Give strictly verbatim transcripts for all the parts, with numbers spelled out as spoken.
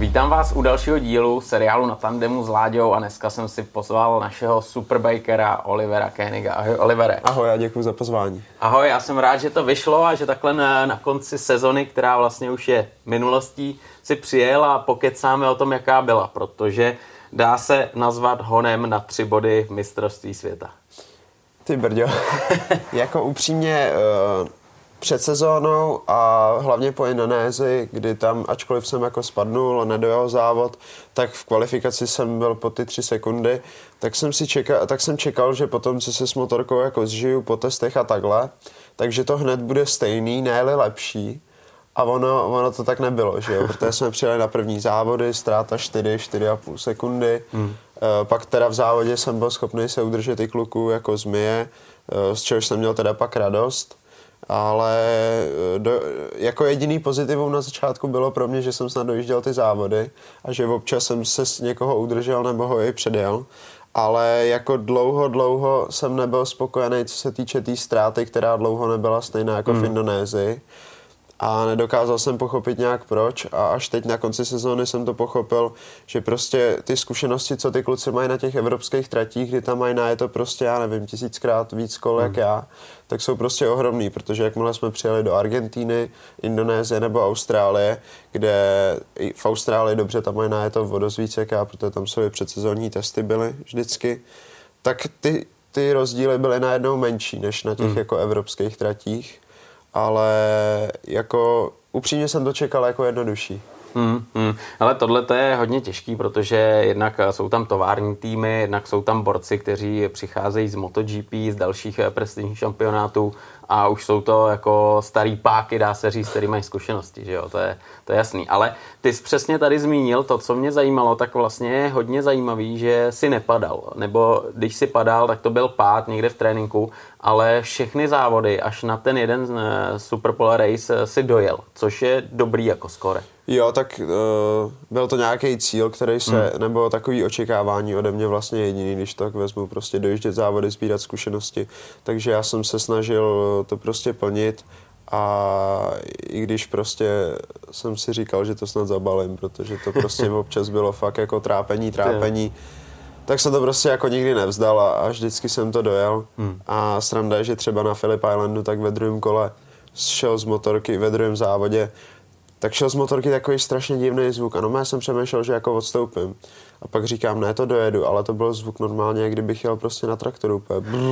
Vítám vás u dalšího dílu seriálu Na tandemu s Láďou a dneska jsem si pozval našeho superbikera Olivera Koeniga. Ahoj Olivere. Ahoj a děkuji za pozvání. Ahoj, já jsem rád, že to vyšlo a že takhle na, na konci sezony, která vlastně už je minulostí, si přijel a pokecáme o tom, jaká byla, protože dá se nazvat honem na tři body v mistrovství světa. Ty brďo, jako upřímně uh, před sezónou a hlavně po Indonésii, kdy tam, ačkoliv jsem jako spadnul a nedojel závod, tak v kvalifikaci jsem byl po ty tři sekundy, tak jsem si čekal, tak jsem čekal, že potom, co se s motorkou jako zžiju po testech a takhle, takže to hned bude stejný, ne-li lepší. A ono, ono to tak nebylo, že jo, protože jsme přijeli na první závody, ztráta čtyři, čtyři a půl sekundy, hmm. e, pak teda v závodě jsem byl schopný se udržet i kluku jako zmije, e, z čehož jsem měl teda pak radost, ale do, jako jediný pozitivum na začátku bylo pro mě, že jsem snad dojížděl ty závody a že občas jsem se s někoho udržel nebo ho i předjel. Ale jako dlouho, dlouho jsem nebyl spokojený, co se týče té tý ztráty, která dlouho nebyla stejná jako hmm. v Indonésii. A nedokázal jsem pochopit nějak proč a až teď na konci sezóny jsem to pochopil, že prostě ty zkušenosti, co ty kluci mají na těch evropských tratích, kdy tam mají najeto prostě, já nevím, tisíckrát víc kol hmm. jak já, tak jsou prostě ohromný, protože jakmile jsme přijeli do Argentíny, Indonésie nebo Austrálie, kde v Austrálii dobře tam mají najeto o dost víc jak já, protože tam jsou i předsezónní testy byly vždycky, tak ty, ty rozdíly byly najednou menší než na těch hmm. jako evropských tratích. Ale jako upřímně jsem to čekal jako jednodušší. Hmm, hmm. Ale tohle to je hodně těžký, protože jednak jsou tam tovární týmy, jednak jsou tam borci, kteří přicházejí z MotoGP, z dalších prestižních šampionátů a už jsou to jako starý páky, dá se říct, který mají zkušenosti, že jo, to je, to je jasný. Ale ty jsi přesně tady zmínil to, co mě zajímalo, tak vlastně je hodně zajímavý, že si nepadal, nebo když si padal, tak to byl pád někde v tréninku, ale všechny závody až na ten jeden Superpole Race si dojel, což je dobrý jako skóre. Jo, tak uh, byl to nějaký cíl, který se, hmm. nebo takový očekávání ode mě vlastně jediný, když tak vezmu, prostě dojíždět závody, sbírat zkušenosti, takže já jsem se snažil to prostě plnit a i když prostě jsem si říkal, že to snad zabalím, protože to prostě občas bylo fakt jako trápení, trápení, tak jsem to prostě jako nikdy nevzdal a, a vždycky jsem to dojel hmm. a sranda je, že třeba na Phillip Islandu tak ve druhém kole šel z motorky, ve druhém závodě, tak šel z motorky takový strašně divný zvuk. Ano, já jsem přemýšlel, že jako odstoupím. A pak říkám, ne, to dojedu, ale to byl zvuk normálně, jak kdybych jel prostě na traktoru.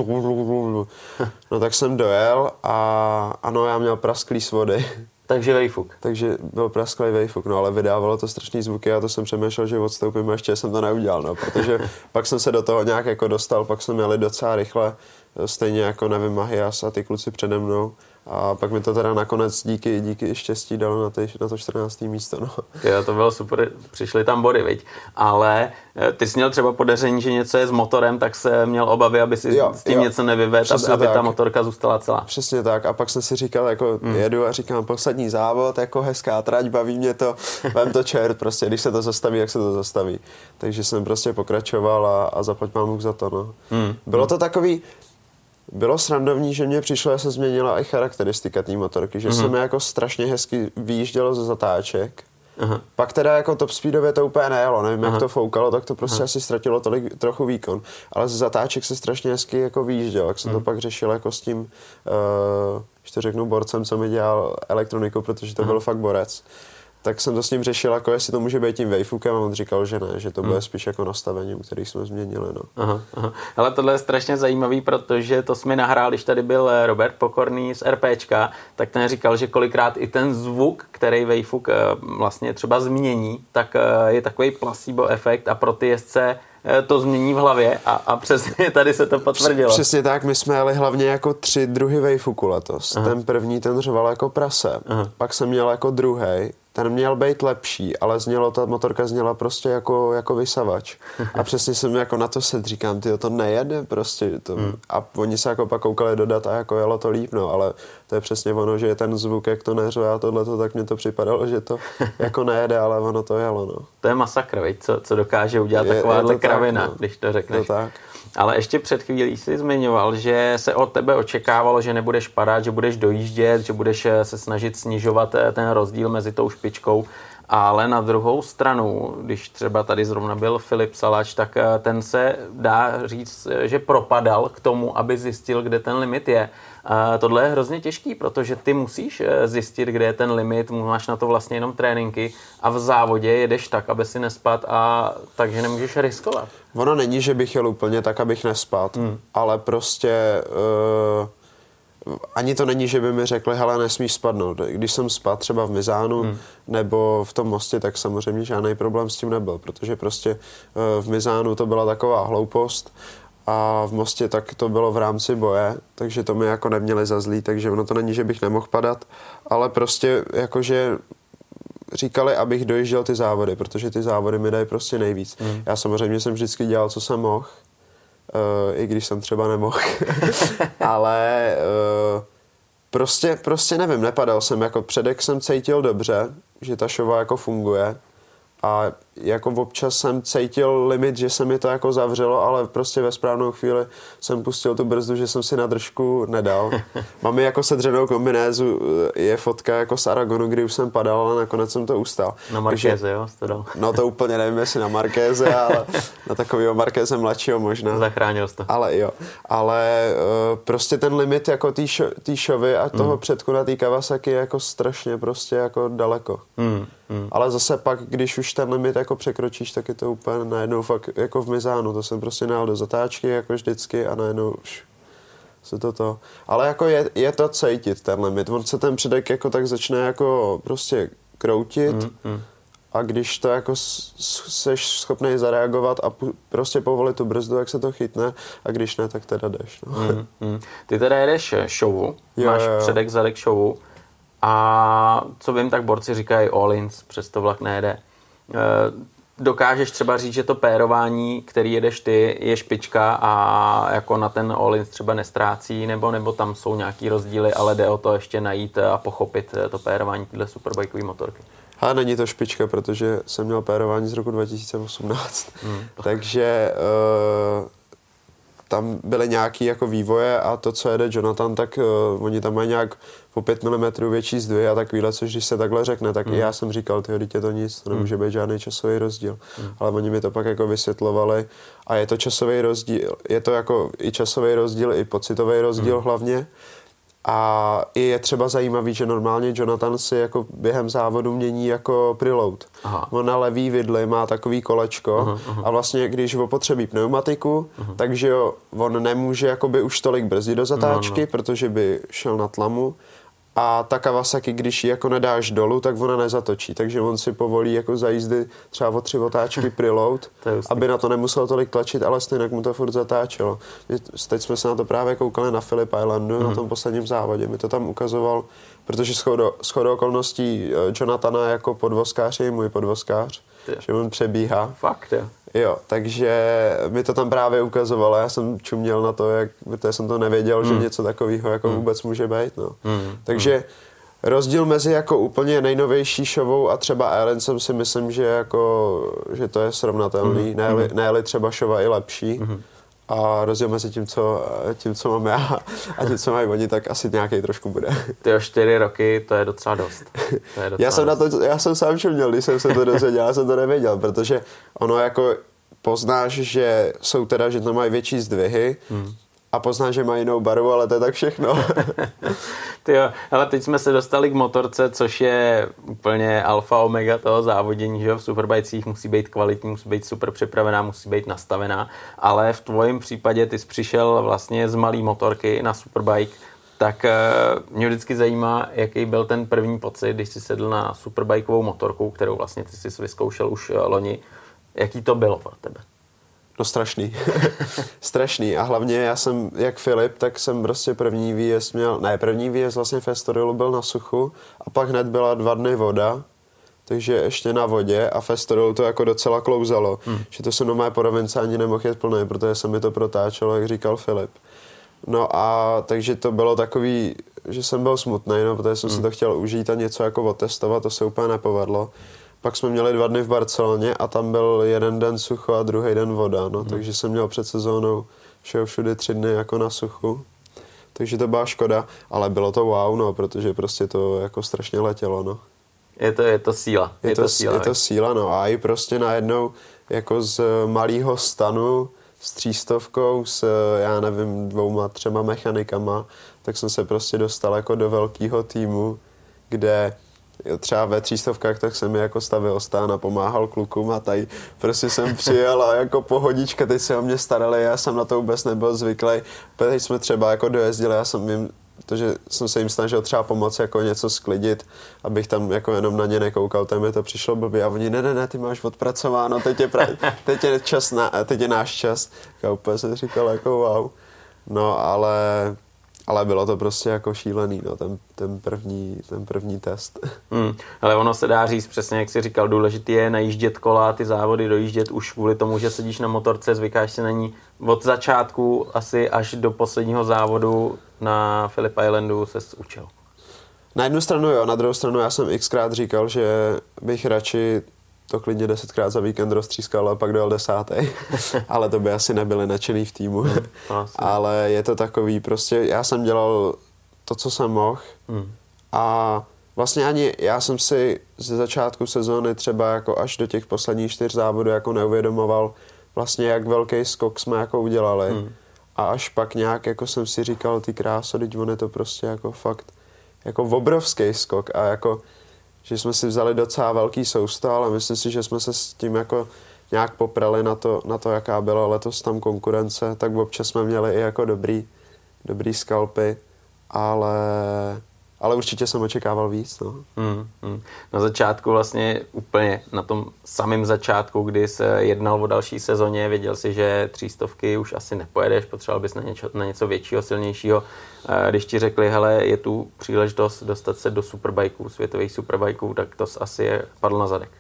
No tak jsem dojel a ano, já měl prasklý svody. Takže vejfuk. Takže byl prasklý vejfuk, no ale vydávalo to strašný zvuky a to jsem přemýšlel, že odstoupím a ještě jsem to neudělal, no, protože pak jsem se do toho nějak jako dostal, pak jsme jeli docela rychle, stejně jako nevím, Mahias a ty kluci přede mnou. A pak mi to teda nakonec díky, díky štěstí dalo na, ty, na to čtrnácté místo. No. Jo, to bylo super, přišly tam body, viď? Ale ty jsi měl třeba podaření, že něco je s motorem, tak se měl obavy, aby si jo, s tím jo, něco nevyvedl, aby, aby ta motorka zůstala celá. Přesně tak. A pak jsem si říkal, jako hmm. jedu a říkám, poslední závod, jako hezká trať, baví mě to, vem to čert, prostě, když se to zastaví, jak se to zastaví. Takže jsem prostě pokračoval a, a zaplať mám Bůh za to. No. Hmm. Bylo to takový, bylo srandovní, že mě přišlo, že se změnila i charakteristika té motorky, že mm-hmm. jsem jako strašně hezky vyjížděl ze zatáček. Aha. Pak teda jako top speedově to úplně nejelo, nevím, Aha. jak to foukalo, tak to prostě Aha. asi ztratilo tolik, trochu výkon. Ale ze zatáček se strašně hezky jako vyjížděl, jak jsem mm. to pak řešil jako s tím, uh, když to řeknu, borcem, co mi dělal elektroniku, protože to Aha. byl fakt borec. Tak jsem to s ním řešil, jako jestli to může být tím wayfookem a on říkal, že ne, že to bude hmm. spíš jako nastavením, který jsme změnili. No. Aha, aha. Ale tohle je strašně zajímavý, protože to jsme nahrál, když tady byl Robert Pokorný z RPčka, tak ten říkal, že kolikrát i ten zvuk, který wayfook vlastně třeba změní, tak je takový placebo efekt a pro ty jezdce to změní v hlavě a, a přesně tady se to potvrdilo. Přesně tak, my jsme jeli hlavně jako tři druhy wayfooku letos. Aha. Ten první, ten řval jako prase, Aha. pak jsem měl jako druhej, ten měl být lepší, ale znělo, ta motorka zněla prostě jako, jako vysavač. A přesně jsem jako na to set říkám, tyjo, to nejede prostě. To, hmm. A oni se jako pak koukali dodat a jako jelo to líp, no, ale to je přesně ono, že je ten zvuk, jak to neřve a tohleto, tak mně to připadalo, že to jako nejede, ale ono to jelo, no. To je masakr, viď? Co, co dokáže udělat je, takováhle je kravina, tak, no. Když to řekneš. To tak. Ale ještě před chvílí jsi zmiňoval, že se od tebe očekávalo, že nebudeš padat, že budeš dojíždět, že budeš se snažit snižovat ten rozdíl mezi tou špičkou Ale na druhou stranu, když třeba tady zrovna byl Filip Salač, tak ten se dá říct, že propadal k tomu, aby zjistil, kde ten limit je. Tohle je hrozně těžký, protože ty musíš zjistit, kde je ten limit, máš na to vlastně jenom tréninky a v závodě jedeš tak, aby si nespat a takže nemůžeš riskovat. Ono není, že bych jel úplně tak, abych nespad, hmm. ale prostě uh, ani to není, že by mi řekli, hele, nesmíš spadnout. Když jsem spadl třeba v Mizánu hmm. nebo v tom Mostě, tak samozřejmě žádný problém s tím nebyl, protože prostě uh, v Mizánu to byla taková hloupost a v Mostě tak to bylo v rámci boje, takže to mi jako neměli za zlý, takže ono to není, že bych nemohl padat, ale prostě jakože říkali, abych dojížděl ty závody, protože ty závody mi dají prostě nejvíc. Mm. Já samozřejmě jsem vždycky dělal, co jsem mohl, uh, i když jsem třeba nemohl, ale uh, prostě, prostě nevím, nepadal jsem, jako předek jsem cítil dobře, že ta šova jako funguje a jako občas jsem cítil limit, že se mi to jako zavřelo, ale prostě ve správnou chvíli jsem pustil tu brzdu, že jsem si na držku nedal. Mám jako sedřenou kombinézu, je fotka jako z Aragonu, kdy už jsem padal, ale nakonec jsem to ustál. Na Markéze, jo? Jste dal. No to úplně nevím, jestli na Markéze, ale na takového Markéze mladšího možná. Zachránil jsi to. Ale jo. Ale uh, prostě ten limit jako tý, šo, tý šovy a toho mm. předku na tý Kawasaki je jako strašně prostě jako daleko. Mm. Mm. Ale zase pak, když už ten limit jako překročíš, tak je to úplně najednou fakt jako v Mizánu. To jsem prostě najel do zatáčky jako vždycky a najednou už se to to. Ale jako je, je to cítit ten limit. On se ten předek jako tak začne jako prostě kroutit mm, mm. a když to jako seš schopný zareagovat a pu, prostě povolit tu brzdu, jak se to chytne a když ne, tak teda jdeš. No. Mm, mm. Ty teda jedeš showu, máš jo, jo. předek zadek showu a co vím, tak borci říkají all-ins, přesto vlak nejede. E, dokážeš třeba říct, že to pérování, který jedeš ty, je špička a jako na ten all-ins třeba nestrácí, nebo, nebo tam jsou nějaký rozdíly, ale jde o to ještě najít a pochopit to pérování tyhle superbikeové motorky. Ale není to špička, protože jsem měl pérování z roku dva tisíce osmnáct. Hmm. Takže uh, tam byly nějaký jako vývoje a to, co jede Jonathan, tak uh, oni tam mají nějak o pět milimetrů větší zdvih a takovýhle, což když se takhle řekne, tak hmm. i já jsem říkal, tyjo, dítě to nic, to nemůže být žádný časový rozdíl. Hmm. Ale oni mi to pak jako vysvětlovali a je to časový rozdíl, je to jako i časový rozdíl, i pocitový rozdíl hmm. hlavně. A je třeba zajímavý, že normálně Jonathan si jako během závodu mění jako preload. Aha. On na levý vidli má takový kolečko aha, aha. a vlastně když opotřebí pneumatiku, aha. takže jo, on nemůže jakoby už tolik brzdit do zatáčky, no, no. protože by šel na tlamu. A ta Kawasaki, když ji jako nedáš dolů, tak ona nezatočí. Takže on si povolí jako za jízdy třeba o tři otáčky preload, aby na to nemusel tolik tlačit, ale stejně mu to furt zatáčelo. Teď jsme se na to právě koukali na Phillip Islandu, mm. na tom posledním závodě. Mi to tam ukazoval, protože shodou okolností Jonathana jako podvozkář je můj podvozkář, je. že on přebíhá. Fakt, jo. Jo, takže mi to tam právě ukazovalo, já jsem čuměl na to, jak, protože jsem to nevěděl, mm. že něco takového jako mm. vůbec může být, no. Mm. Takže mm. rozdíl mezi jako úplně nejnovější šovou a třeba Aeroncem si myslím, že jako, že to je srovnatelný, mm. ne-li, ne-li třeba šova i lepší. Mm. A rozdíl mezi tím, co, tím, co mám já a tím, co mají oni, tak asi nějaký trošku bude. Ty o čtyři roky, to je docela dost. To je docela já, jsem dost. Na to, já jsem sám čuměl, když jsem se to dozvěděl, já jsem to nevěděl, protože ono jako poznáš, že jsou teda, že to mají větší zdvihy, hmm. a poznáš, že mají jinou barvu, ale to je tak všechno. Tyjo, ale teď jsme se dostali k motorce, což je úplně alfa omega toho závodění, že v superbajcích musí být kvalitní, musí být super připravená, musí být nastavená, ale v tvojím případě ty jsi přišel vlastně z malý motorky na superbike, tak mě vždycky zajímá, jaký byl ten první pocit, když jsi sedl na superbajkovou motorku, kterou vlastně ty jsi vyzkoušel už loni. Jaký to bylo pro tebe? No strašný. strašný. A hlavně já jsem, jak Filip, tak jsem prostě první výjezd měl, ne, první výjezd vlastně v Estorilu byl na suchu a pak hned byla dva dny voda, takže ještě na vodě a v Estorilu to jako docela klouzalo, hmm. že to jsem do mé province ani nemohl jet plný, protože se mi to protáčelo, jak říkal Filip. No a takže to bylo takový, že jsem byl smutný, no, protože jsem hmm. si to chtěl užít a něco jako otestovat, to se úplně nepovedlo. Pak jsme měli dva dny v Barceloně a tam byl jeden den sucho a druhý den voda, no, hmm. takže jsem měl před sezónou všeho všude tři dny jako na suchu. Takže to byla škoda, ale bylo to wow, no, protože prostě to jako strašně letělo, no. Je to, je to síla. Je, je to, to síla. Je to síla, no. A i prostě najednou jako z malého stanu s třístovkou, s, já nevím, dvouma, třema mechanikama, tak jsem se prostě dostal jako do velkého týmu, kde třeba ve třístovkách tak jsem mi jako stavil stán a pomáhal klukům a tady prostě jsem přijel a jako pohodička, teď se o mě starali, já jsem na to vůbec nebyl zvyklý. Teď jsme třeba jako dojezdili, já jsem jim, protože jsem se jim snažil třeba pomoct jako něco sklidit, abych tam jako jenom na ně nekoukal, tam mi to přišlo blbě a oni, ne, ne, ne, ty máš odpracováno, teď je, pra, teď je, čas na, teď je náš čas. Já úplně jsem říkal jako wow. No ale... Ale bylo to prostě jako šílený, no, ten, ten, první, ten první test. Hmm, ale ono se dá říct přesně, jak jsi říkal, důležité je najíždět kola, ty závody dojíždět už kvůli tomu, že sedíš na motorce, zvykáš si na ní od začátku asi až do posledního závodu na Phillip Islandu ses učil. Na jednu stranu jo, na druhou stranu já jsem xkrát říkal, že bych radši to klidně desetkrát za víkend roztřískal a pak dojel desátý. Ale to by asi nebyli nadšený v týmu. Hmm, ale je to takový, prostě já jsem dělal to, co jsem mohl. Hmm. A vlastně ani já jsem si ze začátku sezóny třeba jako až do těch posledních čtyř závodů jako neuvědomoval vlastně, jak velký skok jsme jako udělali. Hmm. A až pak nějak jako jsem si říkal, ty kráso, teď on je to prostě jako fakt jako obrovský skok a jako že jsme si vzali docela velký sousto, ale myslím si, že jsme se s tím jako nějak poprali na to, na to, jaká byla letos tam konkurence, tak občas jsme měli i jako dobrý, dobrý skalpy, ale, ale určitě jsem očekával víc. No. Hmm, hmm. Na začátku vlastně úplně, na tom samém začátku, kdy se jednal o další sezóně, věděl si, že třístovky už asi nepojedeš, potřeboval bys na něco, na něco většího, silnějšího. Když ti řekli, hele, je tu příležitost dostat se do superbajků, světových superbajků, tak to asi je padl na zadek.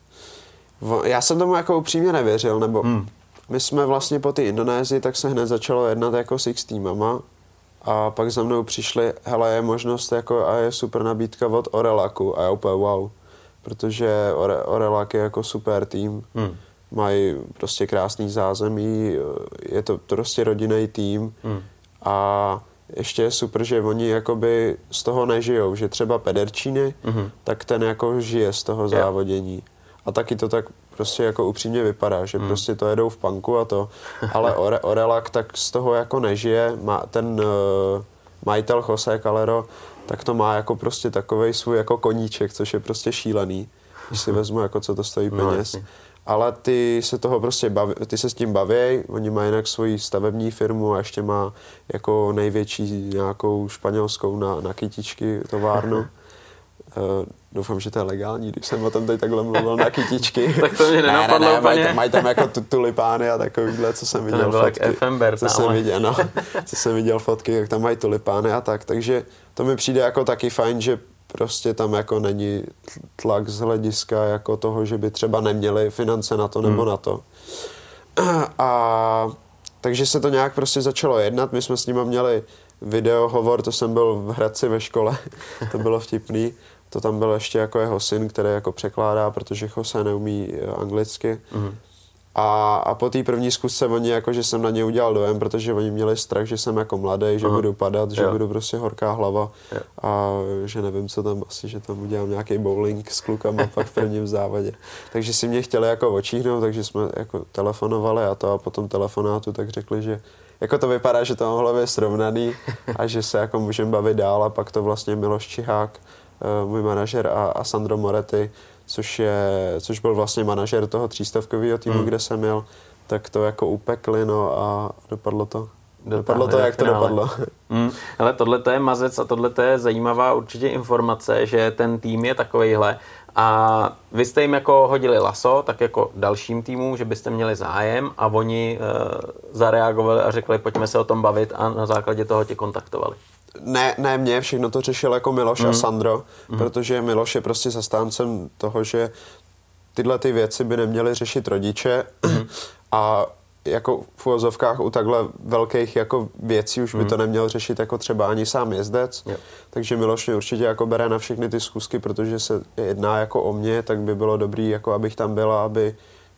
Já jsem tomu jako upřímně nevěřil, nebo hmm. my jsme vlastně po té Indonésii, tak se hned začalo jednat jako s X týmama a pak za mnou přišli, hele, je možnost jako a je super nabídka od Orelaku a já úplně wow, protože Ore, Orelak je jako super tým, hmm. mají prostě krásný zázemí, je to prostě rodinný tým hmm. a ještě je super, že oni jakoby z toho nežijou, že třeba Pedercini, mm-hmm. tak ten jako žije z toho yeah. závodění. A taky to tak prostě jako upřímně vypadá, že mm. prostě to jedou v punku a to, ale Ore, Orelak tak z toho jako nežije, má ten uh, majitel José Calero, tak to má jako prostě takovej svůj jako koníček, což je prostě šílený, když si vezmu jako co to stojí peněz. No, ale ty se toho prostě baví, ty se s tím baví, oni mají jinak svoji stavební firmu a ještě má jako největší nějakou španělskou na, na kytičky továrnu. uh, doufám, že to je legální, když jsem o tom teď takhle mluvil na kytičky. Tak to mě nenapadlo ne, ne, ne, úplně. Mají, mají tam jako tu, tulipány a takovýhle, co jsem viděl to fotky. Efember, co, jsem viděl, no, co jsem viděl fotky, jak tam mají tulipány a tak. Takže to mi přijde jako taky fajn, že prostě tam jako není tlak z hlediska jako toho, že by třeba neměli finance na to nebo hmm. na to. A takže se to nějak prostě začalo jednat. My jsme s nimi měli videohovor, to jsem byl v Hradci ve škole, to bylo vtipný. To tam byl ještě jako jeho syn, který jako překládá, protože Jose neumí anglicky. Hmm. A, a po té první zkusce oni jako, že jsem na ně udělal dojem, protože oni měli strach, že jsem jako mladý, že Aha. budu padat, že jo. budu prostě horká hlava jo. a že nevím, co tam asi, že tam udělám nějaký bowling s klukama pak v prvním závodě. Takže si mě chtěli jako očíhnout, takže jsme jako telefonovali a to a po tom telefonátu tak řekli, že jako to vypadá, že to mohlo být srovnaný a že se jako můžeme bavit dál a pak to vlastně Miloš Čihák, můj manažer a, a Sandro Moretti, což, je, což byl vlastně manažer toho třístovkového týmu, hmm. kde jsem jel, tak to jako upekli, no a dopadlo to. Dopadlo to, jak to dopadlo. Hmm. Ale tohle to je mazec a tohle to je zajímavá určitě informace, že ten tým je takovejhle. A vy jste jim jako hodili laso, tak jako dalším týmům, že byste měli zájem a oni e, zareagovali a řekli, pojďme se o tom bavit a na základě toho tě kontaktovali. Ne, ne mě, všechno to řešil jako Miloš mm. a Sandro, mm. protože Miloš je prostě zastáncem toho, že tyhle ty věci by neměly řešit rodiče mm. a jako v uvozovkách u takhle velkých jako věcí už by mm. to neměl řešit jako třeba ani sám jezdec, yeah. takže Miloš mě určitě jako bere na všechny ty zkusky, protože se jedná jako o mě, tak by bylo dobrý, jako abych tam byla, aby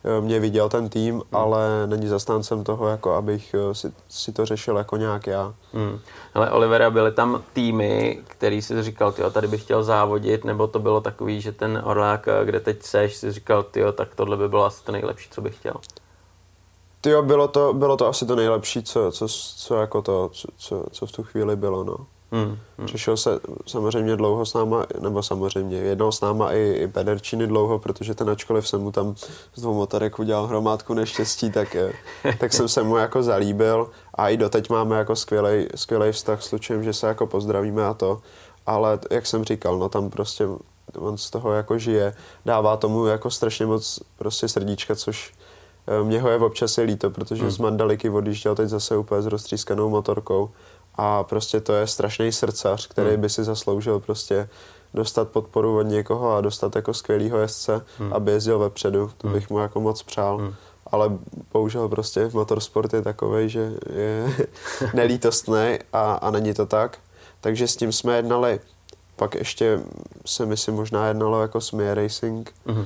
mě viděl ten tým, hmm. ale není zastáncem toho, jako abych si, si to řešil jako nějak já. Hmm. Ale Olivera, byly tam týmy, který si říkal, tyjo, tady bych chtěl závodit, nebo to bylo takový, že ten Orlák, kde teď seš, si říkal, tyjo, tak tohle by bylo asi to nejlepší, co bych chtěl? Tyjo, bylo to, bylo to asi to nejlepší, co, co, co, jako to, co, co, co v tu chvíli bylo, no. Hmm, hmm. Řešil se samozřejmě dlouho s náma, nebo samozřejmě jednou s náma i, i Pederčiny dlouho, protože ten ačkoliv jsem mu tam z dvou motorek udělal hromádku neštěstí, tak, tak jsem se mu jako zalíbil a i doteď máme jako skvělej, skvělej vztah s Lučem, že se jako pozdravíme a to, ale jak jsem říkal, no tam prostě on z toho jako žije, dává tomu jako strašně moc prostě srdíčka, což mě ho je občas je líto, protože hmm. z Mandaliky odjížděl teď zase úplně s roztřískanou motorkou. A prostě to je strašný srdcař, který hmm. by si zasloužil prostě dostat podporu od někoho a dostat jako skvělýho jezdce, hmm. aby jezdil vepředu. To bych mu jako moc přál. Hmm. Ale bohužel prostě motorsport je takovej, že je nelítostný a, a není to tak. Takže s tím jsme jednali. Pak ještě se myslím možná jednalo jako s Mia Racing hmm.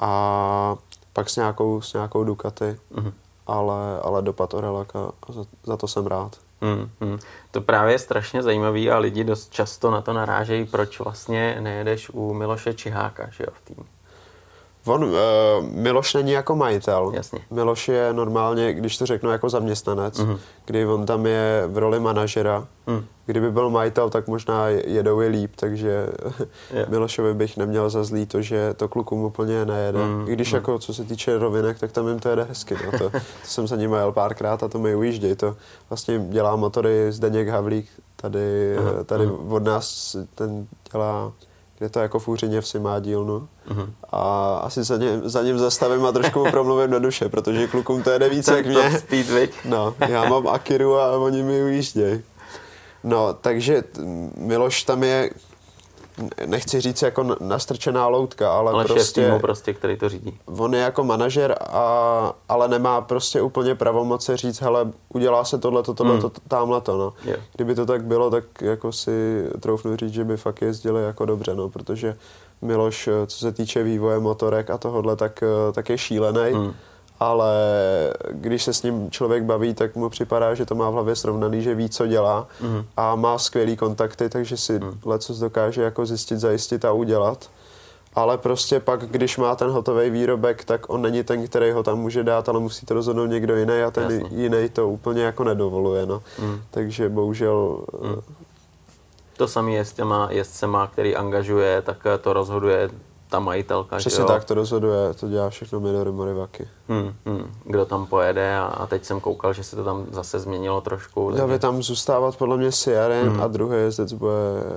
a pak s nějakou, s nějakou Ducati. Hmm. Ale, ale dopad Orelaka a za, za to jsem rád. Hmm, hmm. To právě je strašně zajímavý a lidi dost často na to narážejí, proč vlastně nejedeš u Miloše Čiháka, že jo, v týmu. On, uh, Miloš není jako majitel. Jasně. Miloš je normálně, když to řeknu, jako zaměstnanec, mm-hmm. kdy on tam je v roli manažera. Mm. Kdyby byl majitel, tak možná jedou je líp, takže yeah. Milošovi bych neměl za zlý to, že to klukům úplně nejede. Mm. I když mm. jako co se týče rovinek, tak tam jim to jede hezky. No. To, to jsem za ním jel párkrát a to mi ujížděj. To vlastně dělá motory Zdeněk Havlík, tady, mm. tady od nás ten dělá, kde to jako v Úřiněvsi má dílnu. Uh-huh. A asi za, ně, za ním zastavím a trošku mu promluvím do duše, protože klukům to jede víc jak mě. Speed, no, já mám Akiru a oni mi ujíždějí. No, takže Miloš tam je, nechci říct jako nastrčená loutka, ale, ale prostě, týmu prostě, který to řídí. On je jako manažer, a, ale nemá prostě úplně pravomoce říct, hele, udělá se tohleto, tohleto, hmm. támhleto, no. Yeah. Kdyby to tak bylo, tak jako si troufnu říct, že by fakt jezdili jako dobře, no, protože Miloš, co se týče vývoje motorek a tohodle, tak, tak je šílený. Hmm. Ale když se s ním člověk baví, tak mu připadá, že to má v hlavě srovnaný, že ví, co dělá mm. a má skvělý kontakty, takže si mm. lecos dokáže jako zjistit, zajistit a udělat. Ale prostě pak, když má ten hotový výrobek, tak on není ten, který ho tam může dát, ale musí to rozhodnout někdo jiný a ten Jasně. jiný to úplně jako nedovoluje. No. Mm. Takže bohužel... Mm. To samé je s těma jezdcema, který angažuje, tak to rozhoduje ta majitelka. Přesně tak to rozhoduje, to dělá všechno Midori Morivaki. Hmm, hmm. Kdo tam pojede a, a teď jsem koukal, že se to tam zase změnilo trošku. Měl by tam zůstávat podle mě Sierra hmm. a druhý jezdec bude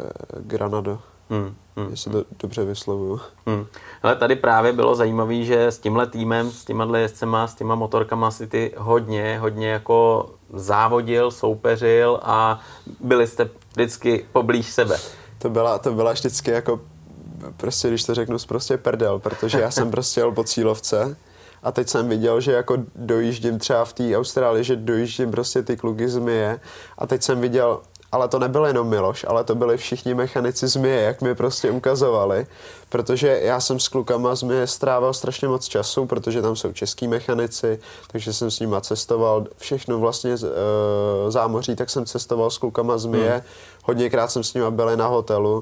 Granado. Hmm, hmm, jestli to dobře vyslovuju. Hmm. Ale tady právě bylo zajímavé, že s tímhle týmem, s těma jezdcema, s těma motorkama si ty hodně, hodně jako závodil, soupeřil a byli jste vždycky poblíž sebe. To byla, to byla vždycky jako prostě, když to řeknu, prostě prdel, protože já jsem prostě jel po cílovce a teď jsem viděl, že jako dojíždím třeba v té Austrálii, že dojíždím prostě ty kluky z Mie a teď jsem viděl, ale to nebyl jenom Miloš, ale to byli všichni mechanici z Mie, jak mi prostě ukazovali, protože já jsem s klukama z Mie strávil strašně moc času, protože tam jsou český mechanici, takže jsem s nima cestoval všechno vlastně z, e, zámoří, tak jsem cestoval s klukama z Mie, hmm. hodněkrát jsem s nima byl na hotelu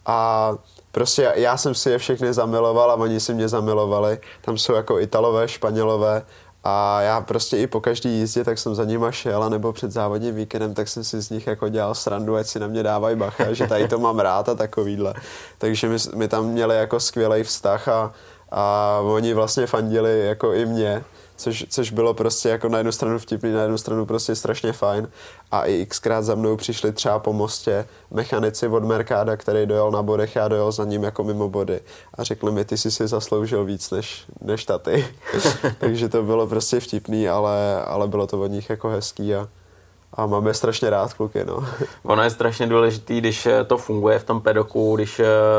a prostě já jsem si je všechny zamiloval a oni si mě zamilovali. Tam jsou jako Italové, Španělové a já prostě i po každý jízdě tak jsem za nima šel a nebo před závodním víkendem, tak jsem si z nich jako dělal srandu, ať si na mě dávají bacha, že tady to mám rád a takovýhle. Takže my, my tam měli jako skvělej vztah a, a oni vlastně fandili jako i mě. Což, což bylo prostě jako na jednu stranu vtipný, na jednu stranu prostě strašně fajn. A i xkrát za mnou přišli třeba po mostě mechanici od Mercada, který dojel na bodech, já dojel za ním jako mimo body. A řekli mi, ty jsi si zasloužil víc než, než taty. Takže to bylo prostě vtipný, ale, ale bylo to od nich jako hezký a, a máme strašně rád kluky, no. Ono je strašně důležitý, když to funguje v tom pedoku, když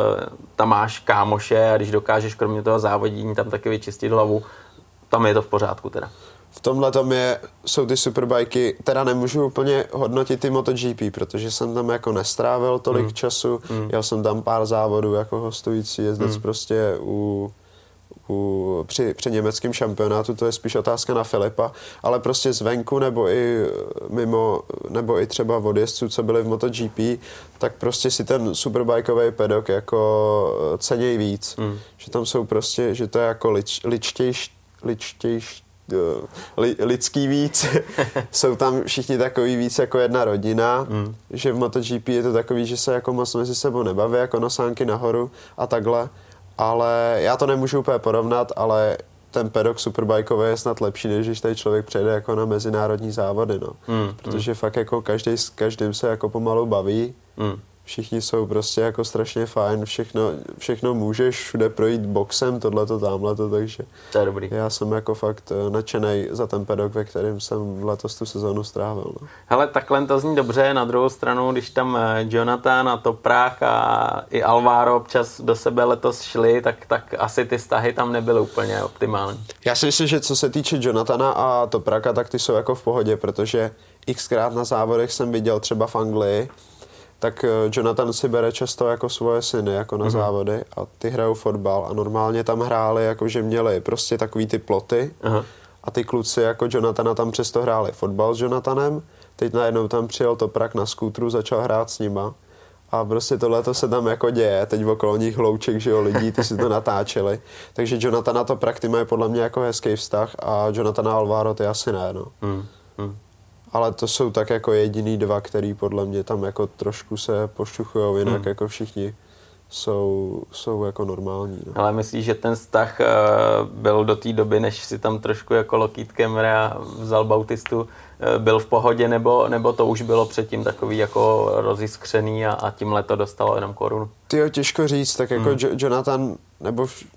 tam máš kámoše a když dokážeš kromě toho závodění tam taky vyčistit hlavu, tam je to v pořádku teda. V tomhle tom je, jsou ty superbajky, teda nemůžu úplně hodnotit ty MotoGP, protože jsem tam jako nestrávil tolik mm. času, mm. jel jsem tam pár závodů jako hostující jezdec mm. prostě u, u, při, při německém šampionátu, to je spíš otázka na Filipa, ale prostě zvenku nebo i mimo, nebo i třeba od jezdců, co byli v MotoGP, tak prostě si ten superbajkový pedok jako ceněj víc. Mm. Že tam jsou prostě, že to je jako lič, ličtější, ličtější li, lidský víc. Jsou tam všichni takový víc jako jedna rodina, mm. že v MotoGP je to takový, že se jako moc mezi sebou nebaví, jako nosánky nahoru a takhle. Ale já to nemůžu úplně porovnat, ale ten pedok superbajkový je snad lepší, než když tady člověk přejde jako na mezinárodní závody, no. Mm. Protože mm. fakt jako každý s každým se jako pomalu baví. Mm. Všichni jsou prostě jako strašně fajn, všechno, všechno můžeš všude projít boxem, tohleto, támhleto, takže to je dobrý. Já jsem jako fakt nadšenej za ten pedok, ve kterém jsem letos tu sezónu strávil. No. Hele, takhle to zní dobře, na druhou stranu, když tam Jonathan a Toprak a i Alvaro občas do sebe letos šli, tak, tak asi ty vztahy tam nebyly úplně optimální. Já si myslím, že co se týče Jonathana a Topraka, tak ty jsou jako v pohodě, protože xkrát na závodech jsem viděl třeba v Anglii, tak Jonathan si bere často jako svoje syny jako na mm-hmm. závody a ty hrajou fotbal a normálně tam hráli, jako že měli prostě takový ty ploty uh-huh. a ty kluci jako Jonathana tam přesto hráli fotbal s Jonathanem, teď najednou tam přijel Toprak na skútru, začal hrát s nima a prostě tohleto se tam jako děje, teď okolo nich hlouček, že jo, lidí, ty si to natáčeli, takže Jonathan a Toprak ty mají podle mě jako hezký vztah a Jonathan a Alvaro ty asi ne, no. Mm, mm. Ale to jsou tak jako jediný dva, který podle mě tam jako trošku se pošťuchujou, jinak hmm. jako všichni jsou, jsou jako normální. No. Ale myslíš, že ten vztah uh, byl do té doby, než si tam trošku jako lokítkem a vzal Bautistu, uh, byl v pohodě, nebo, nebo to už bylo předtím takový jako roziskřený a, a tímhle to dostalo jenom korunu? Tyjo, těžko říct, tak jako hmm. jo, Jonathan, nebo v,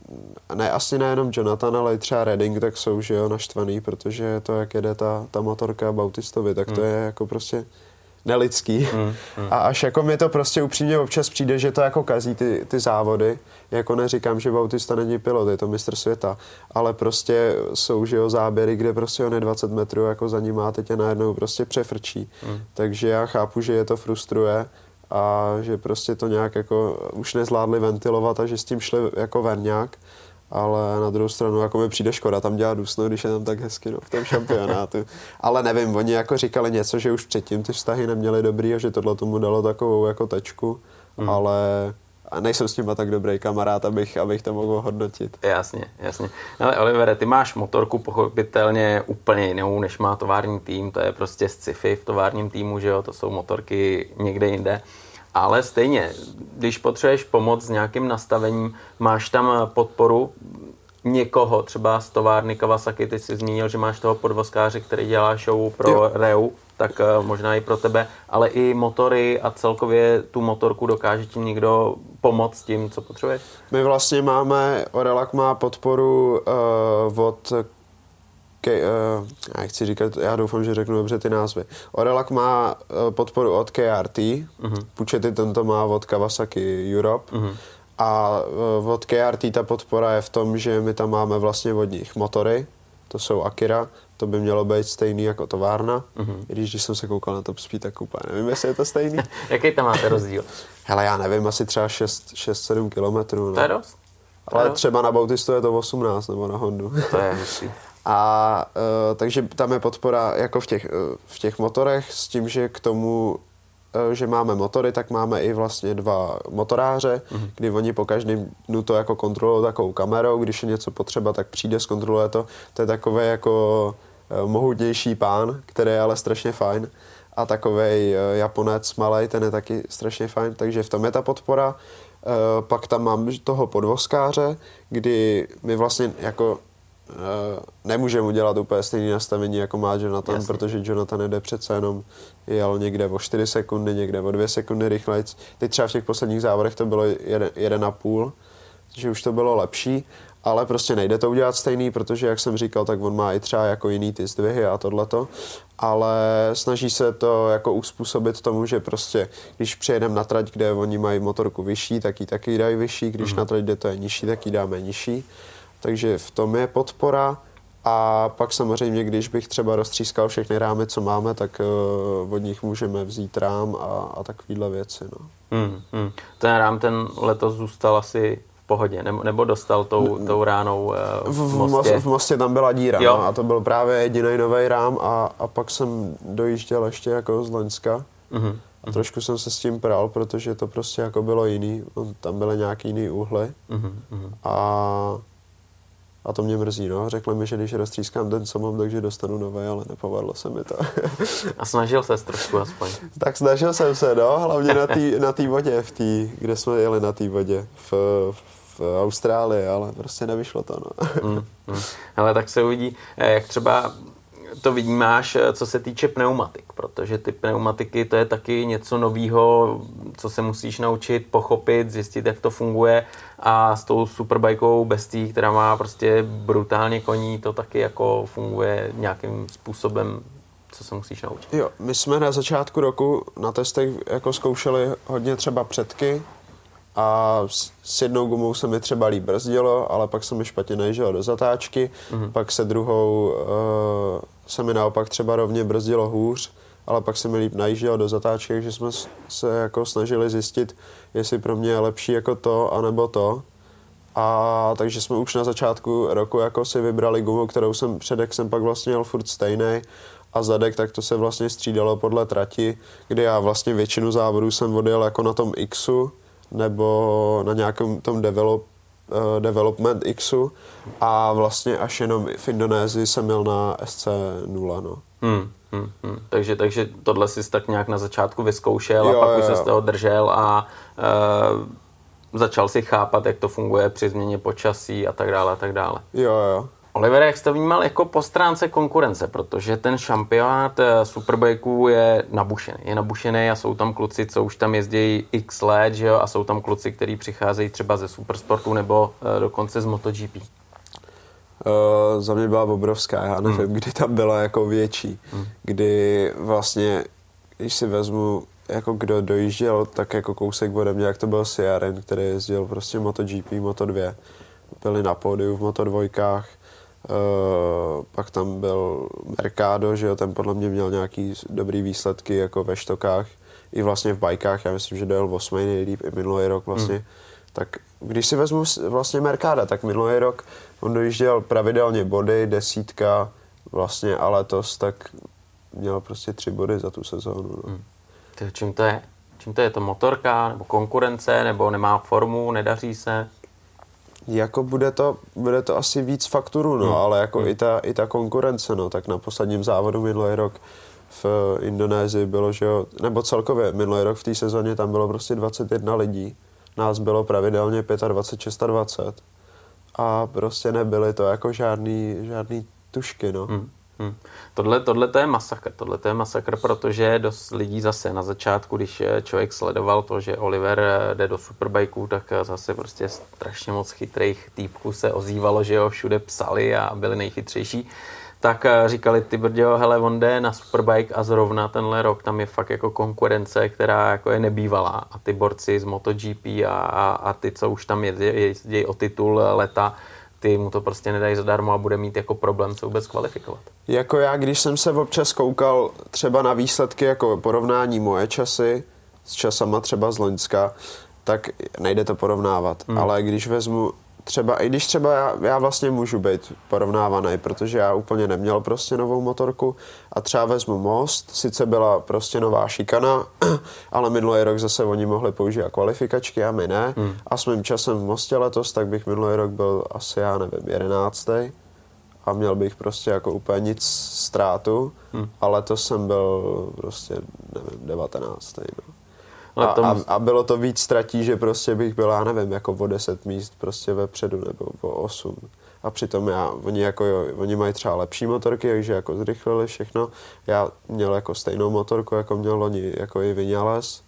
ne, asi nejenom Jonathan, ale i třeba Redding, tak jsou, že jo, naštvaný, protože to, jak jede ta, ta motorka Bautistovi, tak to mm. je jako prostě nelidský. Mm, mm. A až jako mi to prostě upřímně občas přijde, že to jako kazí ty, ty závody. Jako neříkám, že Bautista není pilot, je to mistr světa, ale prostě jsou, že jo, záběry, kde prostě on je dvacet metrů jako za ním a teď je najednou prostě přefrčí. Mm. Takže já chápu, že je to frustruje a že prostě to nějak jako už nezvládli ventilovat a že s tím šli jako ven nějak, ale na druhou stranu jako mi přijde škoda tam dělat dusno, když je tam tak hezky, no, v tom šampionátu. Ale nevím, oni jako říkali něco, že už předtím ty vztahy neměly dobrý a že tohle tomu dalo takovou jako tečku, mm. ale a nejsem s nima tak dobrý kamarád, abych, abych to mohl hodnotit. Jasně, jasně. Ale Olivere, ty máš motorku pochopitelně úplně jinou, než má tovární tým, to je prostě sci-fi v továrním týmu, že jo, to jsou motorky někde jinde. Ale stejně, když potřebuješ pomoc s nějakým nastavením, máš tam podporu někoho, třeba z továrny Kawasaki, ty jsi zmínil, že máš toho podvozkáře, který dělá show pro jo. Reu, tak uh, možná i pro tebe, ale i motory a celkově tu motorku dokáže ti někdo pomoct s tím, co potřebuješ? My vlastně máme, Orelak má podporu uh, od K, uh, já chci říkat, já doufám, že řeknu dobře ty názvy. Orelak má uh, podporu od K R T, uh-huh. Puchetti tento má od Kawasaki Europe uh-huh. a uh, od K R T ta podpora je v tom, že my tam máme vlastně od nich motory, to jsou Akira, to by mělo být stejný jako továrna, uh-huh. i když, když jsem se koukal na Top Speed, tak úplně nevím, jestli je to stejný. Jaký tam máte rozdíl? Hele, já nevím, asi třeba šest sedm kilometrů. No. To je dost. Ale třeba na Bautistu je to osmnáct nebo na Hondu. To je hustý. A uh, takže tam je podpora jako v těch, uh, v těch motorech s tím, že k tomu, uh, že máme motory, tak máme i vlastně dva motoráře, mm-hmm. kdy oni po každém dnu to jako kontrolují takovou kamerou, když je něco potřeba, tak přijde, zkontroluje to. To je takový jako uh, mohutnější pán, který je ale strašně fajn. A takovej uh, Japonec malej, ten je taky strašně fajn, takže v tom je ta podpora. Uh, pak tam mám toho podvozkáře, kdy my vlastně jako Uh, nemůžeme udělat úplně stejné nastavení, jako má Jonathan, Jasně. protože Jonathan jede přece jenom jel někde o čtyři sekundy, někde o dvě sekundy rychlejc. Teď třeba v těch posledních závodech to bylo jeden, jeden a půl, takže už to bylo lepší, ale prostě nejde to udělat stejný, protože, jak jsem říkal, tak on má i třeba jako jiný ty zdvihy a tohleto, ale snaží se to jako uspůsobit tomu, že prostě, když přijedeme na trať, kde oni mají motorku vyšší, tak ji taky dají vyšší, když mm. na trať, kde to je nižší, tak ji dáme nižší. Takže v tom je podpora a pak samozřejmě, když bych třeba roztřískal všechny rámy, co máme, tak uh, od nich můžeme vzít rám a, a takovýhle věci. No. Hmm, hmm. Ten rám ten letos zůstal asi v pohodě, nebo, nebo dostal tou, tou ránou uh, v, v Mostě? V Mostě tam byla díra, no, a to byl právě jediný nový rám a, a pak jsem dojížděl ještě jako z Loňska. Mm-hmm. A trošku jsem se s tím pral, protože to prostě jako bylo jiný, tam byly nějaký jiný úhly mm-hmm. a, a to mě mrzí, no. Řekli mi, že když roztřískám ten, co mám, takže dostanu nové, ale nepovedlo se mi to. A snažil ses trošku aspoň? Tak snažil jsem se, no, hlavně na té na té vodě, v tý, kde jsme jeli na té vodě, v, v Austrálii, ale prostě nevyšlo to, no. Mm, mm. Hele, tak se uvidí, jak třeba to vidímáš, co se týče pneumatik, protože ty pneumatiky, to je taky něco novýho, co se musíš naučit, pochopit, zjistit, jak to funguje, a s tou superbajkou Bestí, která má prostě brutálně koní, to taky jako funguje nějakým způsobem, co se musíš naučit. Jo, my jsme na začátku roku na testech jako zkoušeli hodně třeba předky a s, s jednou gumou se mi třeba líp brzdilo, ale pak se mi špatně najíždělo do zatáčky, mm-hmm. pak se druhou uh, se mi naopak třeba rovně brzdilo hůř, ale pak se mi líp najíždělo do zatáčky, takže jsme se jako snažili zjistit, jestli pro mě je lepší jako to, anebo to. A takže jsme už na začátku roku jako si vybrali gumu, kterou jsem předek jsem pak vlastně jel furt stejnej, a zadek, tak to se vlastně střídalo podle trati, kdy já vlastně většinu závodů jsem odjel jako na tom Xu, nebo na nějakém tom develop, uh, development Xu, a vlastně až jenom v Indonésii jsem měl na S C nula, no. Hmm, hmm, hmm. Takže, takže tohle jsi tak nějak na začátku vyzkoušel jo, a pak jo, už jo. se z toho držel a uh, začal si chápat, jak to funguje při změně počasí a tak dále a tak dále. Jo, jo. Oliver, jak jsi to vnímal jako po stránce konkurence, protože ten šampionát superbikeů je nabušený. Je nabušený a jsou tam kluci, co už tam jezdí x let, že jo? A jsou tam kluci, kteří přicházejí třeba ze supersportu nebo uh, dokonce z MotoGP. Uh, za mě byla obrovská, já nevím, hmm. kdy tam byla jako větší. Hmm. Kdy vlastně, když si vezmu, jako kdo dojížděl, tak jako kousek ode mě, jak to byl Siaren, který jezdil prostě MotoGP, Moto dva. Byli na pódiu v Moto dvojkách. Uh, pak tam byl Mercado, že jo, ten podle mě měl nějaký dobrý výsledky jako ve štokách i vlastně v bajkách, já myslím, že dojel osmý nejlíp i minulý rok vlastně. Hmm. Tak když si vezmu vlastně Mercada, tak minulý rok on dojížděl pravidelně body, desítka vlastně, a letos tak měl prostě tři body za tu sezónu. No. Hmm. Ty, čím to je? Čím to je? To motorka, nebo konkurence, nebo nemá formu, nedaří se? Jako bude to, bude to asi víc fakturů, no, hmm. ale jako hmm. i, ta, i ta konkurence, no, tak na posledním závodu minulý rok v Indonésii bylo, že jo, nebo celkově minulý rok v té sezóně tam bylo prostě dvacet jedna lidí, nás bylo pravidelně dvacet pět, dvacet šest a prostě nebyly to jako žádný, žádný tušky, no. Hmm. Hmm. Tohle, tohle to je masakr, tohle to je masakr, protože dost lidí zase na začátku, když člověk sledoval to, že Oliver jde do superbajků, tak zase prostě strašně moc chytrých týpků se ozývalo, že jo, všude psali a byli nejchytřejší. Tak říkali, ty brďo, hele, on jde na superbike a zrovna tenhle rok tam je fakt jako konkurence, která jako je nebývalá, a ty borci z MotoGP a, a, a ty, co už tam jezdí, jezdí o titul leta, ty mu to prostě nedají zadarmo a bude mít jako problém se vůbec kvalifikovat. Jako já, když jsem se občas koukal třeba na výsledky jako porovnání moje časy s časama třeba z Loňska, tak nejde to porovnávat. Hmm. Ale když vezmu třeba, i když třeba já, já vlastně můžu být porovnávaný, protože já úplně neměl prostě novou motorku a třeba vezmu Most, sice byla prostě nová šikana, ale minulý rok zase oni mohli používat kvalifikačky a my ne. Hmm. A s mým časem v Mostě letos, tak bych minulý rok byl asi, já nevím, jedenáctý a měl bych prostě jako úplně nic ztrátu, hmm. a letos jsem byl prostě, nevím, devatenáctý. No. A, a, a bylo to víc ztratí, že prostě bych byl, já nevím, jako o deset míst prostě vepředu nebo o osm. A přitom já, oni, jako, jo, oni mají třeba lepší motorky, takže jako zrychlili všechno. Já měl jako stejnou motorku, jako měl loni jako i Vinales.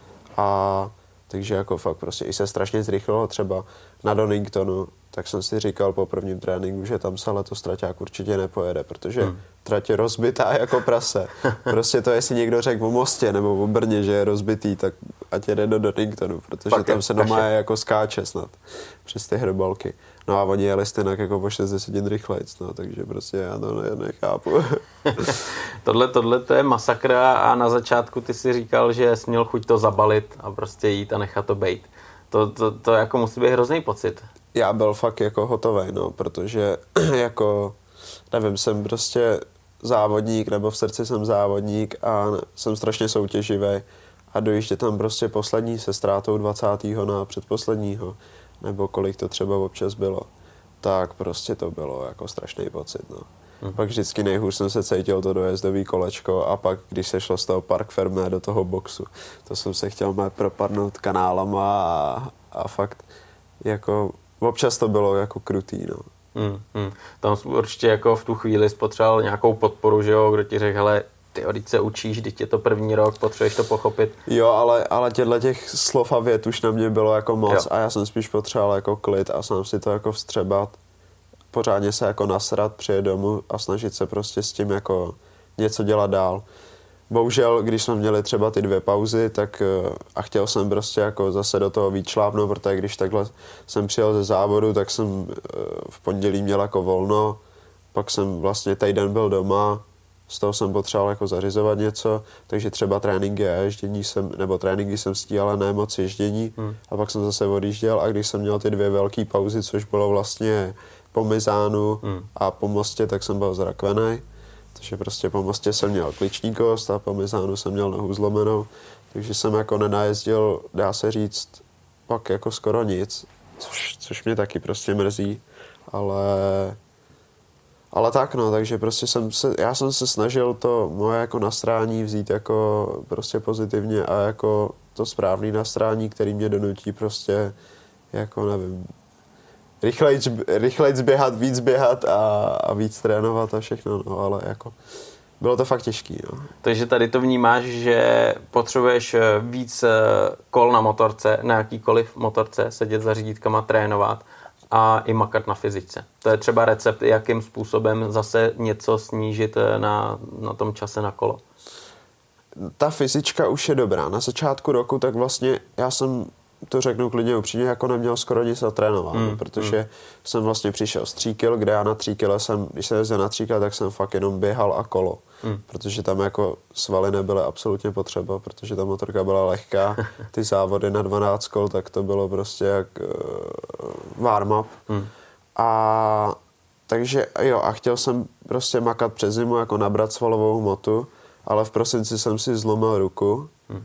A takže jako fakt prostě i se strašně zrychlilo třeba na Doningtonu. Tak jsem si říkal po prvním tréninku, že tam se letos traťák určitě nepojede, protože hmm. trať je rozbitá jako prase. Prostě to, jestli někdo řekl o Mostě nebo o Brně, že je rozbitý, tak ať jede do Doningtonu, protože Pak tam se doma je jako skáče snad přes ty hrobalky. No a oni jeli stejnak jako po šest desetin rychlejc, no, takže prostě já to ne, nechápu. tohle, tohle to je masakr a na začátku ty si říkal, že jsi měl chuť to zabalit a prostě jít a nechat to bejt. To, to, to jako musí být hrozný pocit. Já byl fakt jako hotovej, no, protože jako, nevím, jsem prostě závodník, nebo v srdci jsem závodník a jsem strašně soutěživý a dojíždě tam prostě poslední se ztrátou dvacátého na předposledního, nebo kolik to třeba občas bylo, tak prostě to bylo jako strašný pocit, no. Hmm. Pak vždycky nejhůř jsem se cítil to dojezdový kolečko a pak, když se šlo z toho Parc Fermé do toho boxu, to jsem se chtěl mé propadnout kanálama a, a fakt jako občas to bylo jako krutý, no. Hmm, hmm. Tam určitě jako v tu chvíli spotřeboval nějakou podporu, že jo, kdo ti řekl, hele, ty když se učíš, když je to první rok, potřebuješ to pochopit. Jo, ale, ale těchto těch slov a vět už na mě bylo jako moc jo. A já jsem spíš potřeboval jako klid a sám si to jako vstřebat, pořádně se jako nasrat, přijet domů a snažit se prostě s tím jako něco dělat dál. Bohužel, když jsme měli třeba ty dvě pauzy, tak a chtěl jsem prostě jako zase do toho víc šlápnout, protože když takhle jsem přijel ze závodu, tak jsem v pondělí měl jako volno, pak jsem vlastně týden byl doma, z toho jsem potřeboval jako zařizovat něco, takže třeba tréninky a ježdění jsem, nebo tréninky jsem stíhal, ale ne moc ježdění hmm. a pak jsem zase odjížděl a když jsem měl ty dvě velké pauzy, což bylo vlastně po Mizánu hmm. a po Mostě, tak jsem byl zrakvenej. Takže prostě po Mostě jsem měl kliční kost a po Mizánu jsem měl nohu zlomenou. Takže jsem jako nenajezdil, dá se říct, pak jako skoro nic, což, což mě taky prostě mrzí. Ale, ale tak no, takže prostě jsem se, já jsem se snažil to moje jako nastrání vzít jako prostě pozitivně a jako to správné nastrání, který mě donutí prostě jako nevím, rychlejc, rychlejc běhat, víc běhat a, a víc trénovat a všechno, no, ale jako bylo to fakt těžký, no. Takže tady to vnímáš, že potřebuješ víc kol na motorce, na jakýkoliv motorce, sedět za řídítkama, trénovat a i makat na fyzice. To je třeba recept, jakým způsobem zase něco snížit na, na tom čase na kolo. Ta fyzička už je dobrá. Na začátku roku tak vlastně já jsem to řeknu klidně upřímně, jako neměl skoro nic natrénováno, mm, protože mm. jsem vlastně přišel z tří kil, kde já na tří kile jsem, když jsem jezdil na tří kile, tak jsem fakt jenom běhal a kolo, mm. protože tam jako svaly nebyly absolutně potřeba, protože ta motorka byla lehká, ty závody na dvanáct kol, tak to bylo prostě jak uh, warm-up. Mm. A takže jo, a chtěl jsem prostě makat přes zimu, jako nabrat svalovou hmotu, ale v prosinci jsem si zlomil ruku mm.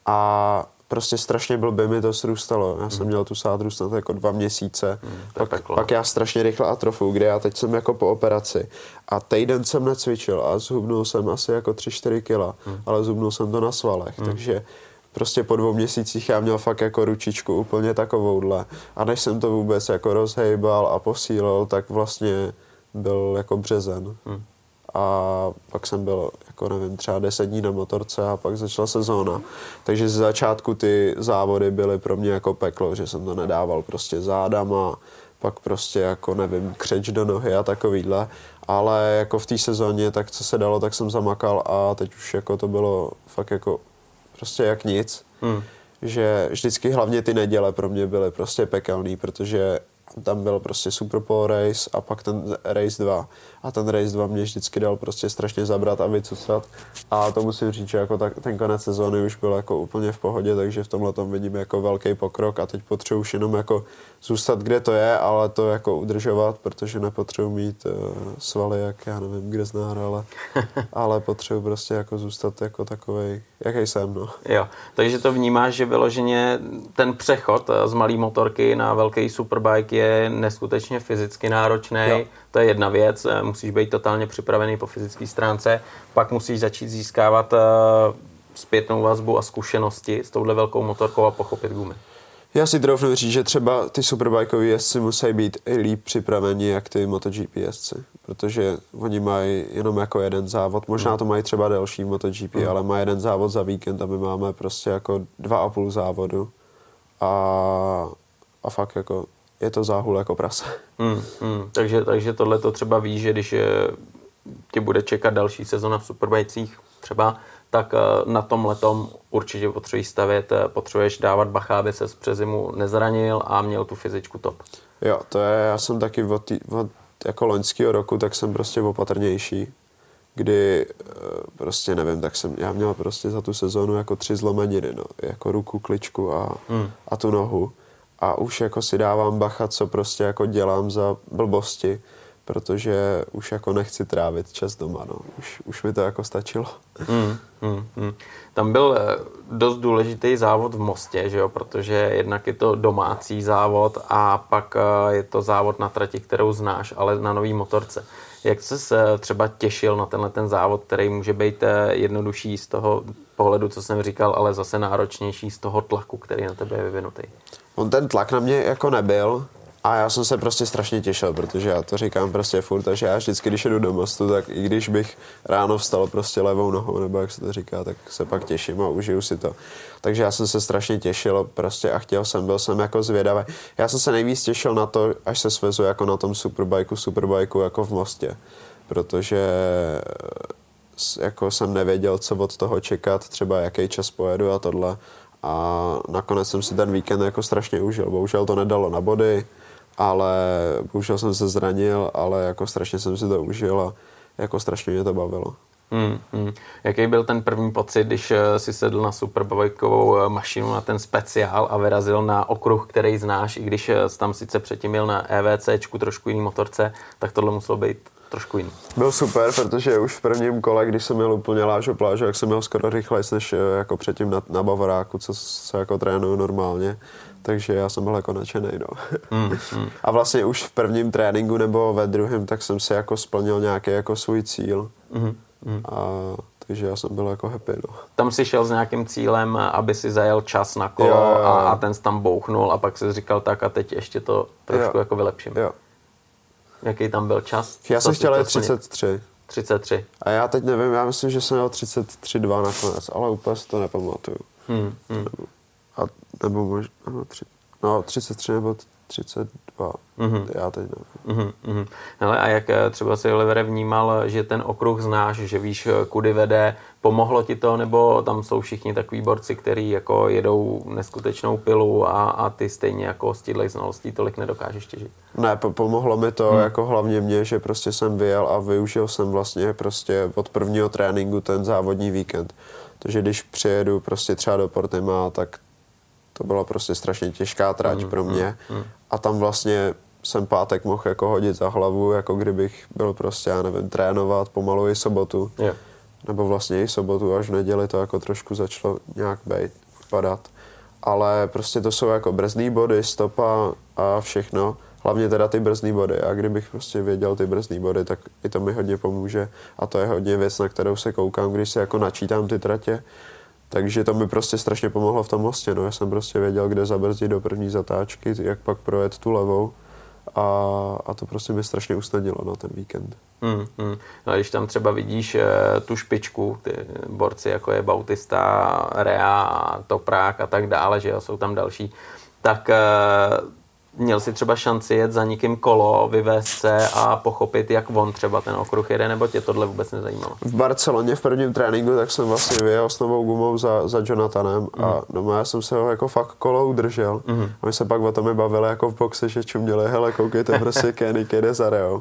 a prostě strašně blbě mi to srůstalo. Já jsem hmm. měl tu sádru snad jako dva měsíce. Hmm, pak, pak já strašně rychle atrofu, kde já teď jsem jako po operaci. A týden jsem necvičil a zhubnul jsem asi jako tři čtyři kila, hmm. ale zhubnul jsem to na svalech. Hmm. Takže prostě po dvou měsících já měl fakt jako ručičku úplně takovouhle. A než jsem to vůbec jako rozhejbal a posílil, tak vlastně byl jako březen. Hmm. A pak jsem byl, jako nevím, třeba deset dní na motorce a pak začala sezóna. Takže ze začátku ty závody byly pro mě jako peklo, že jsem to nedával prostě zádama, pak prostě jako nevím, křeč do nohy a takovýhle. Ale jako v té sezóně, tak co se dalo, tak jsem zamakal a teď už jako to bylo fakt jako prostě jak nic. Hmm. Že vždycky hlavně ty neděle pro mě byly prostě pekelný, protože tam byl prostě Super Pole race a pak ten race dva. A ten race dva mě vždycky dal prostě strašně zabrat a vycucat. A to musím říct, že jako ta, ten konec sezóny už byl jako úplně v pohodě, takže v tomhle tom vidím jako velký pokrok a teď potřebuji už jenom jako zůstat, kde to je, ale to jako udržovat, protože nepotřebuji mít uh, svaly, jak já nevím, kde znár, ale, ale potřebuji prostě jako zůstat jako takovej, jaký jsem, no. Jo, takže to vnímáš, že vyloženě ten přechod z malý motorky na velký superbike je neskutečně fyzicky náročný. Jo. To je jedna věc, musíš být totálně připravený po fyzické stránce, pak musíš začít získávat uh, zpětnou vazbu a zkušenosti s touhle velkou motorkou a pochopit gumy. Já si troufnu říct, že třeba ty superbikeoví jezdci musí být i líp připraveni jak ty MotoGP jezdci, protože oni mají jenom jako jeden závod, možná to mají třeba delší MotoGP, mm. ale má jeden závod za víkend a my máme prostě jako dva a půl závodu a, a fakt jako je to záhul jako prase. Mm, mm. Takže, takže tohle to třeba víš, že když je, tě bude čekat další sezona v superbajcích třeba, tak na tom letom určitě potřebuješ stavět, potřebuješ dávat bacha, aby ses přes zimu nezranil a měl tu fyzičku top. Jo, to je, já jsem taky od, tý, od jako loňského roku, tak jsem prostě opatrnější, kdy prostě nevím, tak jsem, já měl prostě za tu sezónu jako tři zlomeniny, no, jako ruku, kličku a, hmm. a tu nohu. a už jako si dávám bacha, co prostě jako dělám za blbosti, protože už jako nechci trávit čas doma, no. Už, už mi to jako stačilo. Mm, mm, mm. Tam byl dost důležitý závod v Mostě, že jo? Protože jednak je to domácí závod a pak je to závod na trati, kterou znáš, ale na nový motorce. Jak jsi se třeba těšil na tenhle ten závod, který může být jednodušší z toho pohledu, co jsem říkal, ale zase náročnější z toho tlaku, který na tebe je vyvinutý? On ten tlak na mě jako nebyl a já jsem se prostě strašně těšil, protože já to říkám prostě furt, takže já vždycky, když jdu do Mostu, tak i když bych ráno vstal prostě levou nohou, nebo jak se to říká, tak se pak těším a užiju si to. Takže já jsem se strašně těšil prostě a chtěl jsem, byl jsem jako zvědavý. Já jsem se nejvíc těšil na to, až se svezu jako na tom superbajku, superbajku jako v Mostě, protože jako jsem nevěděl, co od toho čekat, třeba jaký čas pojedu a tohle. A nakonec jsem si ten víkend jako strašně užil. Bohužel to nedalo na body, ale bohužel jsem se zranil, ale jako strašně jsem si to užil a jako strašně mě to bavilo. Hmm, hmm. Jaký byl ten první pocit, když si sedl na superbajkovou mašinu, na ten speciál a vyrazil na okruh, který znáš, i když tam sice předtím jel na EVCčku, trošku jiný motorce, tak tohle muselo být trošku jiný. Byl super, protože už v prvním kole, když jsem měl úplně lážo plážo, jak jsem měl skoro rychlejš než jako předtím na, na Bavoráku, co se jako trénuju normálně. Takže já jsem byl jako nadšenej, no. Mm, mm. A vlastně už v prvním tréninku nebo ve druhém, tak jsem si jako splnil nějaký jako svůj cíl. Mm, mm. A takže já jsem byl jako happy, no. Tam si šel s nějakým cílem, aby si zajel čas na kolo, jo, jo. A, a ten tam bouchnul a pak si říkal tak a teď ještě to trošku jo. jako vylepším. Jo. Jaký tam byl čas? Já jsem chtěl jít třicet tři. třicet tři. A já teď nevím, já myslím, že jsem měl třicet tři dva nakonec, ale úplně si to nepamatuju. Hmm, hmm. A nebo možná, no, tři, no třicet tři nebo třicet dva, mm-hmm. já teď nevím. Mm-hmm. Hele, a jak třeba si Olivere vnímal, že ten okruh znáš, že víš, kudy vede, pomohlo ti to, nebo tam jsou všichni takový borci, kteří jako jedou neskutečnou pilu a, a ty stejně jako z těchto znalostí tolik nedokážeš těžit? Ne, po- pomohlo mi to, hmm. jako hlavně mě, že prostě jsem vyjel a využil jsem vlastně prostě od prvního tréninku ten závodní víkend. Takže když přijedu prostě třeba do Portima, tak to byla prostě strašně těžká trať hmm. pro mě hmm. a tam vlastně jsem pátek mohl jako hodit za hlavu, jako kdybych byl prostě, já nevím, trénovat pomalu i sobotu. Yeah. Nebo vlastně i sobotu, až v neděli to jako trošku začalo nějak bejt, vypadat. Ale prostě to jsou jako brzdný body, stopa a všechno. Hlavně teda ty brzdný body. A kdybych prostě věděl ty brzdný body, tak i to mi hodně pomůže. A to je hodně věc, na kterou se koukám, když si jako načítám ty tratě. Takže to mi prostě strašně pomohlo v tom Mostě. No. Já jsem prostě věděl, kde zabrzdit do první zatáčky, jak pak projet tu levou. A, a to prostě mi strašně usnadnilo na ten víkend. Hmm, hmm. No a když tam třeba vidíš e, tu špičku, ty borci jako je Bautista, Rea, Toprák a tak dále, že jo, jsou tam další, tak e, měl si třeba šanci jet za někým kolo, vyvést se a pochopit, jak on třeba ten okruh jede, nebo tě tohle vůbec nezajímalo? V Barceloně v prvním tréninku tak jsem vlastně vyjel s novou gumou za, za Jonathanem mm. a doma já jsem se ho jako fakt kolo udržel mm. a my se pak o tom i bavili jako v boxe, že čuměli, hele koukejte prostě Kenny jede za Reou.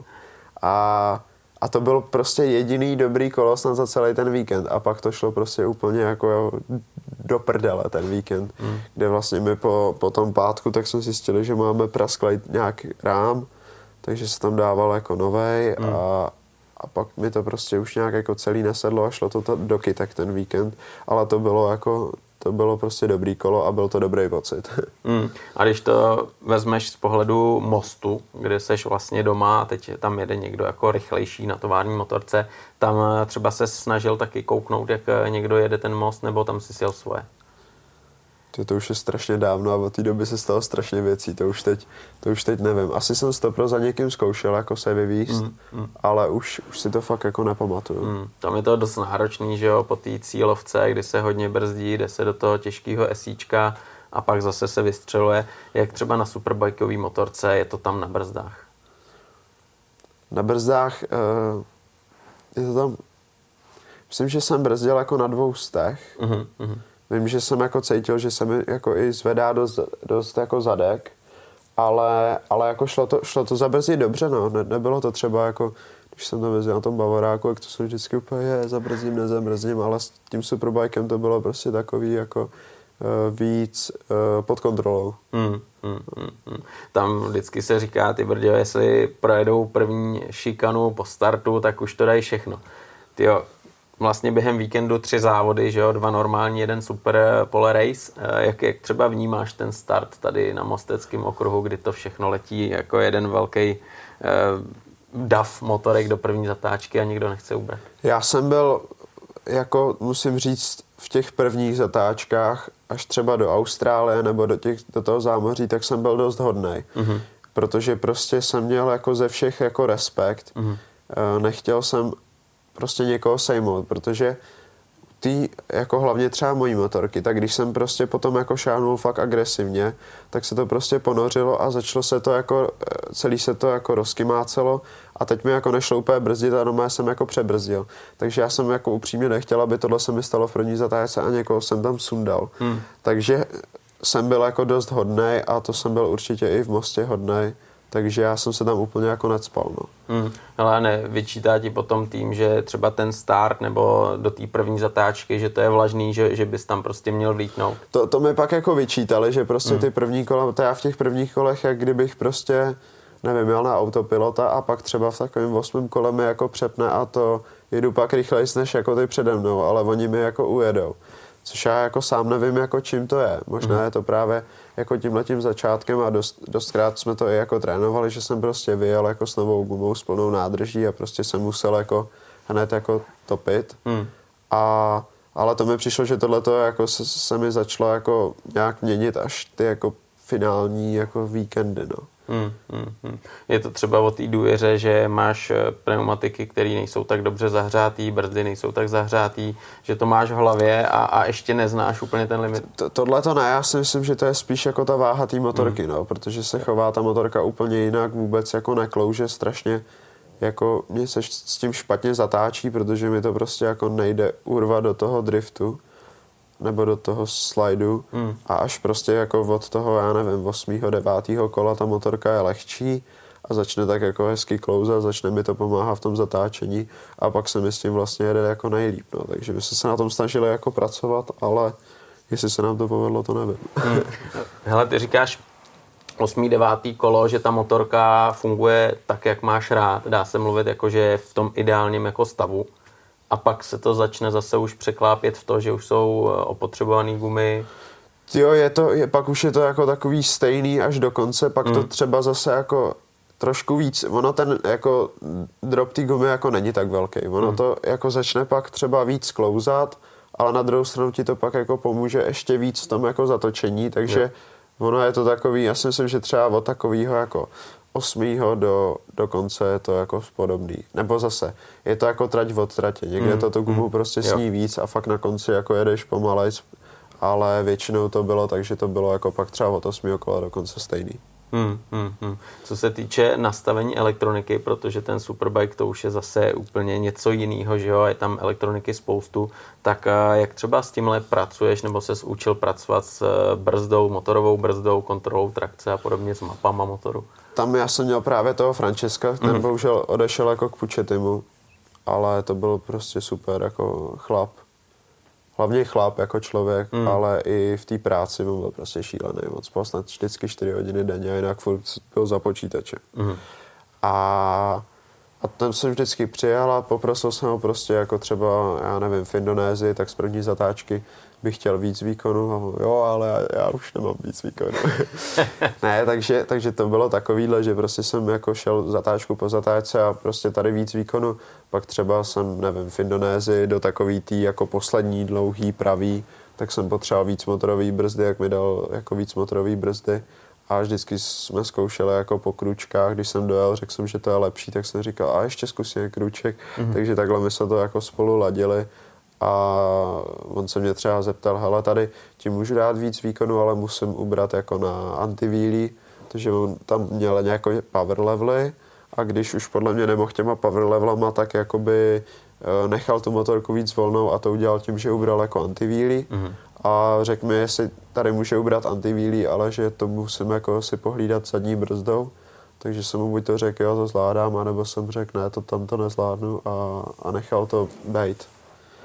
A, a to byl prostě jediný dobrý kolo snad za celý ten víkend a pak to šlo prostě úplně jako do prdele ten víkend, mm. kde vlastně my po, po tom pátku tak jsme zjistili, že máme prasklý nějaký rám, takže se tam dával jako novej mm. a, a pak mi to prostě už nějak jako celý nesedlo a šlo to, to do kytek ten víkend, ale to bylo jako to bylo prostě dobrý kolo a byl to dobrý pocit. Mm. A když to vezmeš z pohledu Mostu, kde seš vlastně doma a teď tam jede někdo jako rychlejší na tovární motorce, tam třeba se snažil taky kouknout, jak někdo jede ten most, nebo tam si sjel svoje? To, to už je strašně dávno a od té doby se stalo strašně věcí, to už teď, to už teď nevím. Asi jsem to pro za někým zkoušel jako se vyvízt, mm, mm. ale už, už si to fakt jako nepamatuju. Mm. Tam je to dost náročný, že jo, po té cílovce, kdy se hodně brzdí, jde se do toho těžkého esíčka a pak zase se vystřeluje. Jak třeba na superbajkový motorce, je to tam na brzdách? Na brzdách uh, je to tam, myslím, že jsem brzdil jako na dvou stech. Mm, mm. Vím, že jsem jako cítil, že se mi jako i zvedá dost, dost jako zadek, ale, ale jako šlo to, šlo to zabrzdit dobře, no. Ne, nebylo to třeba jako, když jsem to vezl na tom Bavoráku, jak to jsem vždycky úplně je, zabrzdím, nezabrzdím, ale s tím superbikem to bylo prostě takový jako víc pod kontrolou. Hmm, hmm, hmm, hmm. Tam vždycky se říká, ty brďo, jestli projedou první šikanu po startu, tak už to dají všechno. Tyjo, vlastně během víkendu tři závody, že jo, dva normální, jeden super pole race. Jak, jak třeba vnímáš ten start tady na Mosteckém okruhu, kdy to všechno letí jako jeden velký eh, dav motorek do první zatáčky a nikdo nechce ubrat? Já jsem byl, jako musím říct, v těch prvních zatáčkách až třeba do Austrálie nebo do, těch, do toho zámoří, tak jsem byl dost hodnej. Mm-hmm. Protože prostě jsem měl jako ze všech jako respekt. Mm-hmm. Nechtěl jsem prostě někoho sejmout, protože ty jako hlavně třeba mojí motorky, tak když jsem prostě potom jako šáhnul fakt agresivně, tak se to prostě ponořilo a začalo se to jako, celý se to jako rozkymácelo a teď mi jako nešlo úplně brzdit a doma jsem jako přebrzdil. Takže já jsem jako upřímně nechtěl, aby tohle se mi stalo v první zatáčce a někoho jsem tam sundal. Hmm. Takže jsem byl jako dost hodnej a to jsem byl určitě i v Mostě hodnej. Takže já jsem se tam úplně jako necpal, no. Hmm. Ale ne, vyčítá ti potom tým, že třeba ten start nebo do té první zatáčky, že to je vlažný, že, že bys tam prostě měl vlítnout? To, to mi pak jako vyčítali, že prostě hmm. ty první kola, to já v těch prvních kolech, jak kdybych prostě, nevím, jel na autopilota a pak třeba v takovém osmém kole mi jako přepne a to jedu pak rychlejc než jako ty přede mnou, ale oni mi jako ujedou. Což já jako sám nevím, jako čím to je. Možná mm. je to právě jako tímhletím začátkem a dost, dostkrát jsme to i jako trénovali, že jsem prostě vyjel jako s novou gumou, s plnou nádrží a prostě jsem musel jako hned jako topit. Mm. A, ale to mi přišlo, že tohleto jako se, se mi začalo jako nějak měnit až ty jako finální jako víkendy, no. Hmm, hmm, hmm. Je to třeba o té důvěře, že máš pneumatiky, které nejsou tak dobře zahřátý, brzdy nejsou tak zahřátý, že to máš v hlavě a, a ještě neznáš úplně ten limit? To, tohle to ne, já si myslím, že to je spíš jako ta váha té motorky, hmm. no, protože se chová ta motorka úplně jinak, vůbec jako neklouže strašně, jako mě se s tím špatně zatáčí, protože mi to prostě jako nejde urvat do toho driftu nebo do toho slidu hmm. a až prostě jako od toho, já nevím, osmého, devátého kola ta motorka je lehčí a začne tak jako hezky klouzat, začne mi to pomáhat v tom zatáčení a pak se mi s tím vlastně jede jako nejlíp, no. Takže my jsme se na tom snažili jako pracovat, ale jestli se nám to povedlo, to nevím. Hmm. Hele, ty říkáš osmý, devátý kolo, že ta motorka funguje tak, jak máš rád, dá se mluvit jako, že je v tom ideálním jako stavu. A pak se to začne zase už překlápět v to, že už jsou opotřebované gumy. Jo, je to, je, pak už je to jako takový stejný až do konce, pak mm. to třeba zase jako trošku víc, ono ten jako drop té gumy jako není tak velký, ono mm. to jako začne pak třeba víc klouzat, ale na druhou stranu ti to pak jako pomůže ještě víc v tom jako zatočení, takže je. Ono je to takový, já si myslím, že třeba od takového jako osmého do, do konce je to jako podobný. Nebo zase, je to jako trať od tratě. Někde mm, to tu gumu mm, prostě jo. sní víc a fakt na konci jako jedeš pomalejc, ale většinou to bylo tak, že to bylo jako pak třeba od osmého kola do konce stejný. Hmm, hmm, hmm. Co se týče nastavení elektroniky, protože ten Superbike to už je zase úplně něco jiného, že jo, je tam elektroniky spoustu, tak jak třeba s tímhle pracuješ, nebo ses učil pracovat s brzdou, motorovou brzdou, kontrolou trakce a podobně, s mapama motoru? Tam já jsem měl právě toho Francesca, ten mm. bohužel odešel jako k Puchettimu, ale to byl prostě super jako chlap. Hlavně chlap jako člověk, mm. ale i v té práci byl prostě šílený. On spal snad vždycky čtyři hodiny denně a jinak furt byl za počítače. Mm. A, a ten jsem vždycky přijel a poprosil jsem ho prostě jako třeba, já nevím, v Indonésii, tak z první zatáčky bych chtěl víc výkonu. A jo, ale já, já už nemám víc výkonu. ne, takže, takže to bylo takovýhle, že prostě jsem jako šel zatáčku po zatáčce a prostě tady víc výkonu. Pak třeba jsem, nevím, v Indonésii do takový tý jako poslední dlouhý pravý, tak jsem potřeboval víc motorový brzdy, jak mi dal jako víc motorový brzdy. A vždycky jsme zkoušeli jako po kručkách, když jsem dojel, řekl jsem, že to je lepší, tak jsem říkal, a ještě zkusím kruček. Mm-hmm. Takže takhle my se to jako spolu ladili. A on se mě třeba zeptal, hele, tady ti můžu dát víc výkonu, ale musím ubrat jako na antivílí, takže on tam měl nějaké power levely a když už podle mě nemohl těma power levelama, tak jakoby nechal tu motorku víc volnou a to udělal tím, že ubral jako antivílí. Mm-hmm. A řekl mi, jestli tady může ubrat antivílí, ale že to musím jako si pohlídat zadní brzdou. Takže jsem mu buď to řekl, jo, to zvládám, anebo jsem řekl, ne, to tam to nezvládnu a, a nechal to bejt.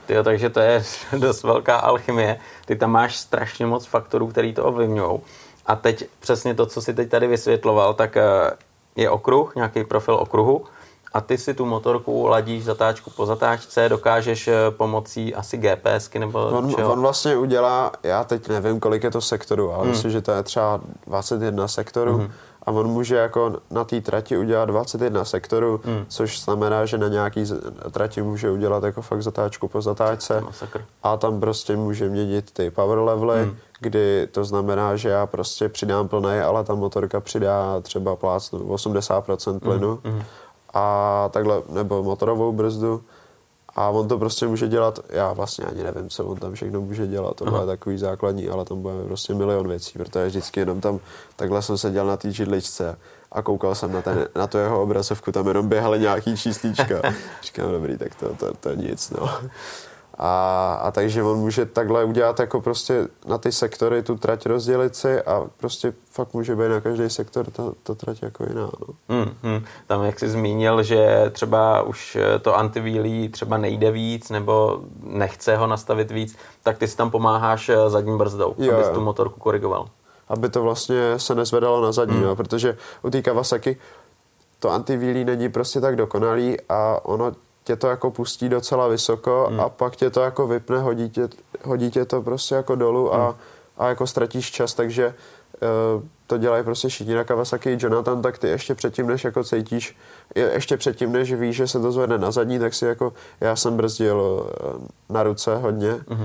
Tyjo, takže to je dost velká alchymie. Ty tam máš strašně moc faktorů, který to ovlivňují. A teď přesně to, co si teď tady vysvětloval, tak je okruh, nějaký profil okruhu a ty si tu motorku ladíš zatáčku po zatáčce, dokážeš pomocí asi GPSky nebo on, čeho? On vlastně udělá, já teď nevím, kolik je to sektorů, ale hmm. myslím, že to je třeba dvacet jedna sektorů. Hmm. A on může jako na té trati udělat dvacet jedna sektorů, hmm. což znamená, že na nějaký trati může udělat jako fakt zatáčku po zatáčce. Masakr. A tam prostě může měnit ty power levely, hmm. kdy to znamená, že já prostě přidám plnej, ale ta motorka přidá třeba plácnu osmdesát procent plynu. Hmm. A takhle, nebo motorovou brzdu. A on to prostě může dělat, já vlastně ani nevím, co on tam všechno může dělat, to bude takový základní, ale tam bude prostě milion věcí, protože vždycky jenom tam, takhle jsem seděl na té židličce a koukal jsem na, ten, na tu jeho obrazovku, tam jenom běhaly nějaký číslíčka. Říkám, dobrý, tak to, to, to je nic, no. A, a takže on může takhle udělat jako prostě na ty sektory tu trať rozdělit si a prostě fakt může být na každý sektor ta, ta trať jako jiná. No. Hmm, hmm. Tam jak jsi zmínil, že třeba už to antivílí třeba nejde víc nebo nechce ho nastavit víc, tak ty si tam pomáháš zadní brzdou, jo, abys tu motorku korigoval. Aby to vlastně se nezvedalo na zadní, hmm. no, protože u té Kawasaki to antivílí není prostě tak dokonalý a ono tě to jako pustí docela vysoko hmm. a pak tě to jako vypne, hodí tě, hodí tě to prostě jako dolů a, hmm. a jako ztratíš čas, takže uh, to dělají prostě všichni na Kawasaki. Jonathan, tak ty ještě předtím, než jako cítíš, ještě předtím, než víš, že se to zvedne na zadní, tak si jako, já jsem brzdil na ruce hodně, hmm. uh,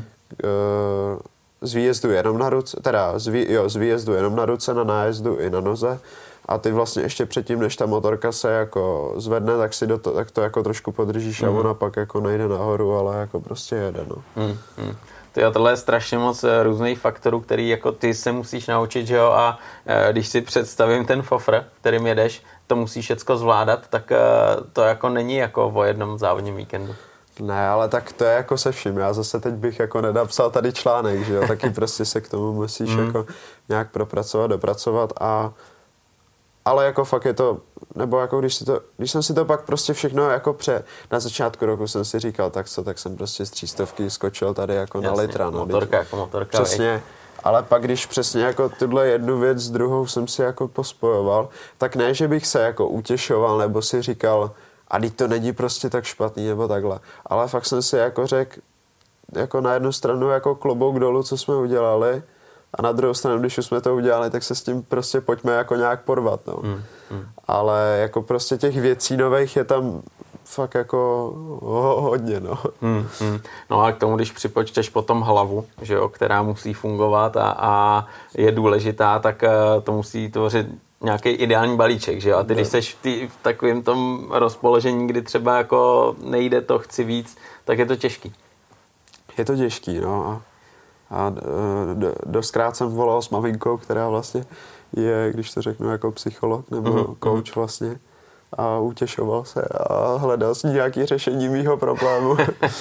z výjezdu jenom na ruce, teda z, vý, jo, z výjezdu jenom na ruce, na nájezdu i na noze. A ty vlastně ještě předtím, než ta motorka se jako zvedne, tak si do to, tak to jako trošku podržíš mm. a ona pak jako nejde nahoru, ale jako prostě jede, no. Mm, mm. Tyjo, tohle je strašně moc různých faktorů, který jako ty se musíš naučit, že jo, a e, když si představím ten fofr, kterým jedeš, to musíš všecko zvládat, tak e, to jako není jako o jednom závodním víkendu. Ne, ale tak to je jako se vším. Já zase teď bych jako nedapsal tady článek, že jo, taky prostě se k tomu musíš mm. jako nějak propracovat, dopracovat a ale jako fakt je to, nebo jako když, si to, když jsem si to pak prostě všechno jako pře, na začátku roku jsem si říkal, tak co, tak jsem prostě z třístovky skočil tady jako Jasně, na litra. No, motorka jako motorka. Přesně, ale pak když přesně jako tuhle jednu věc s druhou jsem si jako pospojoval, tak ne, že bych se jako utěšoval, nebo si říkal, a teď to není prostě tak špatný, nebo takhle, ale fakt jsem si jako řekl, jako na jednu stranu jako klobouk dolů, co jsme udělali, a na druhou stranu, když už jsme to udělali, tak se s tím prostě pojďme jako nějak porvat, no. Mm, mm. Ale jako prostě těch věcí nových je tam fakt jako ho, hodně, no. Mm, mm. No a k tomu, když připočteš potom hlavu, že jo, která musí fungovat a, a je důležitá, tak to musí tvořit nějaký ideální balíček, že jo. A ty, když seš v, tý, v takovém tom rozpoložení, kdy třeba jako nejde to, chci víc, tak je to těžký. Je to těžký, no. A doskrát jsem volal s maminkou, která vlastně je, když to řeknu, jako psycholog nebo mm-hmm. coach vlastně. A utěšoval se a hledal si nějaké řešení mýho problému.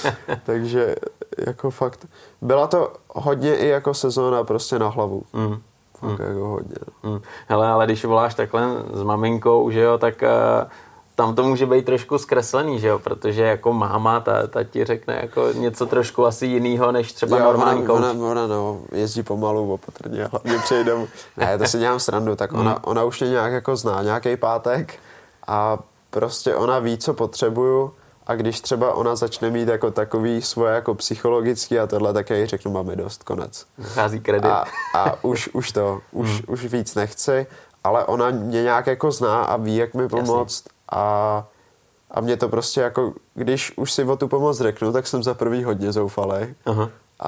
Takže jako fakt, byla to hodně i jako sezóna prostě na hlavu. Mm. Fakt mm. jako hodně. Mm. Hele, ale když voláš takhle s maminkou, že jo, tak... Uh... tam to může být trošku zkreslený, že jo, protože jako máma, ta, ta ti řekne jako něco trošku asi jinýho, než třeba jo, normální ona, ona, ona, no, jezdí pomalu, opatrně, hlavně přejdem. Ne, to si dělám srandu, tak ona, ona už mě nějak jako zná, nějaký pátek a prostě ona ví, co potřebuju a když třeba ona začne mít jako takový svoje jako psychologický a tohle, tak já jí řeknu, máme dost, konec. Vychází kredit. A, a už, už to, už, hmm. už víc nechci, ale ona mě nějak jako zná a ví, jak mi pomoct. A, a mě to prostě jako, když už si o tu pomoc řeknu, tak jsem za prvý hodně zoufalej. Aha.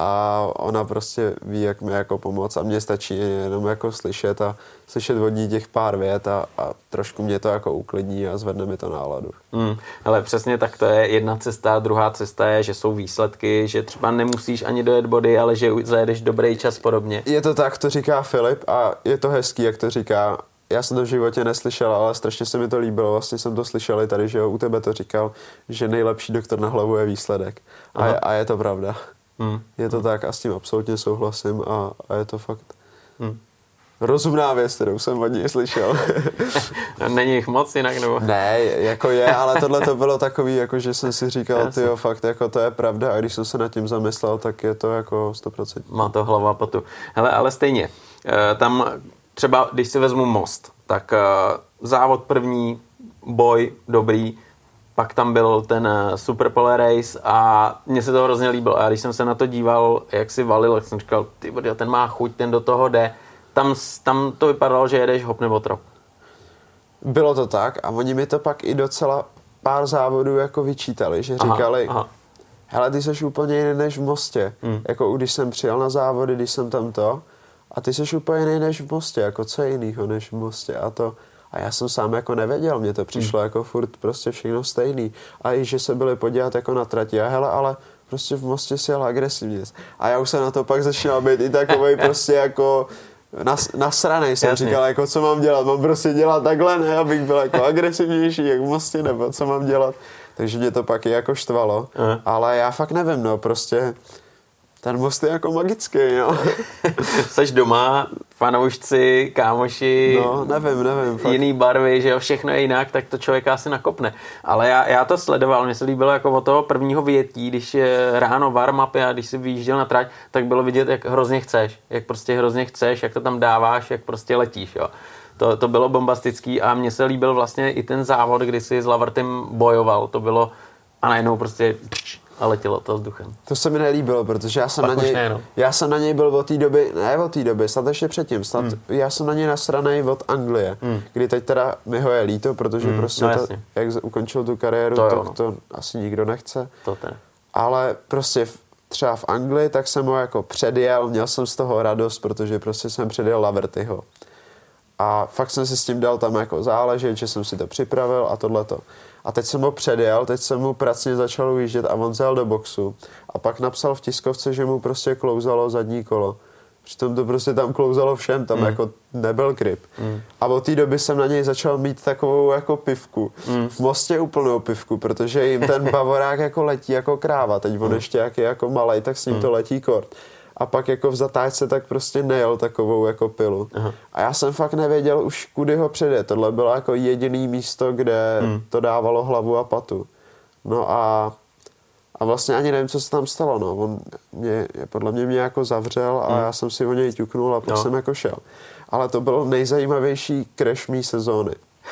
A ona prostě ví, jak mi jako pomoct a mně stačí jenom jako slyšet a slyšet od ní těch pár vět a, a trošku mě to jako uklidní a zvedne mi to náladu. Hmm. Ale přesně tak to je jedna cesta, druhá cesta je, že jsou výsledky, že třeba nemusíš ani dojet body, ale že zajedeš dobrý čas podobně. Je to tak, to říká Filip a je to hezký, jak to říká. Já jsem to v životě neslyšel, ale strašně se mi to líbilo. Vlastně jsem to slyšel i tady, že jo, u tebe to říkal, že nejlepší doktor na hlavu je výsledek. A je, a je to pravda. Hmm. Je to hmm. tak a s tím absolutně souhlasím a, a je to fakt. Hmm. rozumná věc, kterou jsem od něj slyšel. Není jich moc jinak, nebo? Ne, jako je, ale tohle to bylo takový, jako že jsem si říkal, tyjo, fakt, jako to je pravda a když jsem se nad tím zamyslel, tak je to jako sto procent. Má to hlava a patu. Hele, ale stejně, tam třeba, když si vezmu Most, tak závod první, boj dobrý, pak tam byl ten Super Pole Race a mně se to hrozně líbilo. A když jsem se na to díval, jak si valil, tak jsem říkal, ty brdě, ten má chuť, ten do toho jde. Tam, tam to vypadalo, že jedeš hop nebo trop. Bylo to tak a oni mi to pak i docela pár závodů jako vyčítali, že říkali, aha, aha. hele, ty seš úplně jiný než v Mostě. Hmm. Jako když jsem přijel na závody, když jsem tam to, a ty seš úplně jiný než v Mostě, jako co je jinýho než v Mostě a to. A já jsem sám jako nevěděl, mně to přišlo hmm. jako furt prostě všechno stejný. A i že se byli podívat jako na trati a hele, ale prostě v Mostě si jel agresivně. A já už jsem na to pak začínal být i takovej prostě jako nas, nasranej. Jsem Jasně. říkal, jako co mám dělat, mám prostě dělat takhle, ne, abych byl jako agresivnější, jak v Mostě, nebo co mám dělat. Takže mě to pak i jako štvalo. Aha. Ale já fakt nevím, no, prostě ten Most je jako magický, no. Seš doma, fanoušci, kámoši, no, nevím, nevím, fakt. Jiný barvy, že jo, všechno je jinak, tak to člověka asi nakopne. Ale já, já to sledoval, mně se líbilo jako od toho prvního vyjetí, když je ráno warm-up a když si vyjížděl na trať, tak bylo vidět, jak hrozně chceš, jak prostě hrozně chceš, jak to tam dáváš, jak prostě letíš, jo. To, to bylo bombastický a mně se líbil vlastně i ten závod, kdy si s Lavertem bojoval, to bylo a najednou prostě a letělo to vzduchem. To se mi nelíbilo, protože já jsem, na něj, ne, no. já jsem na něj byl od té doby, ne od té doby, snad ještě předtím, snad hmm. já jsem na něj nasranej od Anglie, hmm. kdy teď teda mi ho je líto, protože hmm. prostě no, to, jak ukončil tu kariéru, to, to, no. to asi nikdo nechce. To teda. Ale prostě v, třeba v Anglii, tak jsem ho jako předjel, měl jsem z toho radost, protože prostě jsem předjel Lavertyho. A fakt jsem si s tím dal tam jako záležet, že jsem si to připravil a tohleto. A teď jsem ho předjel, teď jsem mu pracně začal ujíždět a on zjel do boxu. A pak napsal v tiskovce, že mu prostě klouzalo zadní kolo. Přitom to prostě tam klouzalo všem, tam mm. jako nebyl grip. Mm. A od té doby jsem na něj začal mít takovou jako pivku. Mm. V Mostě úplnou pivku, protože jim ten bavorák jako letí jako kráva. Teď on mm. ještě jak je jako malej, tak s ním mm. to letí kort. A pak jako v zatáčce tak prostě nejel takovou jako pilu. Aha. A já jsem fakt nevěděl už, kudy ho předjet. Tohle bylo jako jediný místo, kde hmm. to dávalo hlavu a patu. No a, a vlastně ani nevím, co se tam stalo. No. On mě, podle mě mě jako zavřel a hmm. já jsem si o něj ťuknul a pak no. jsem jako šel. Ale to byl nejzajímavější crash mý sezóny.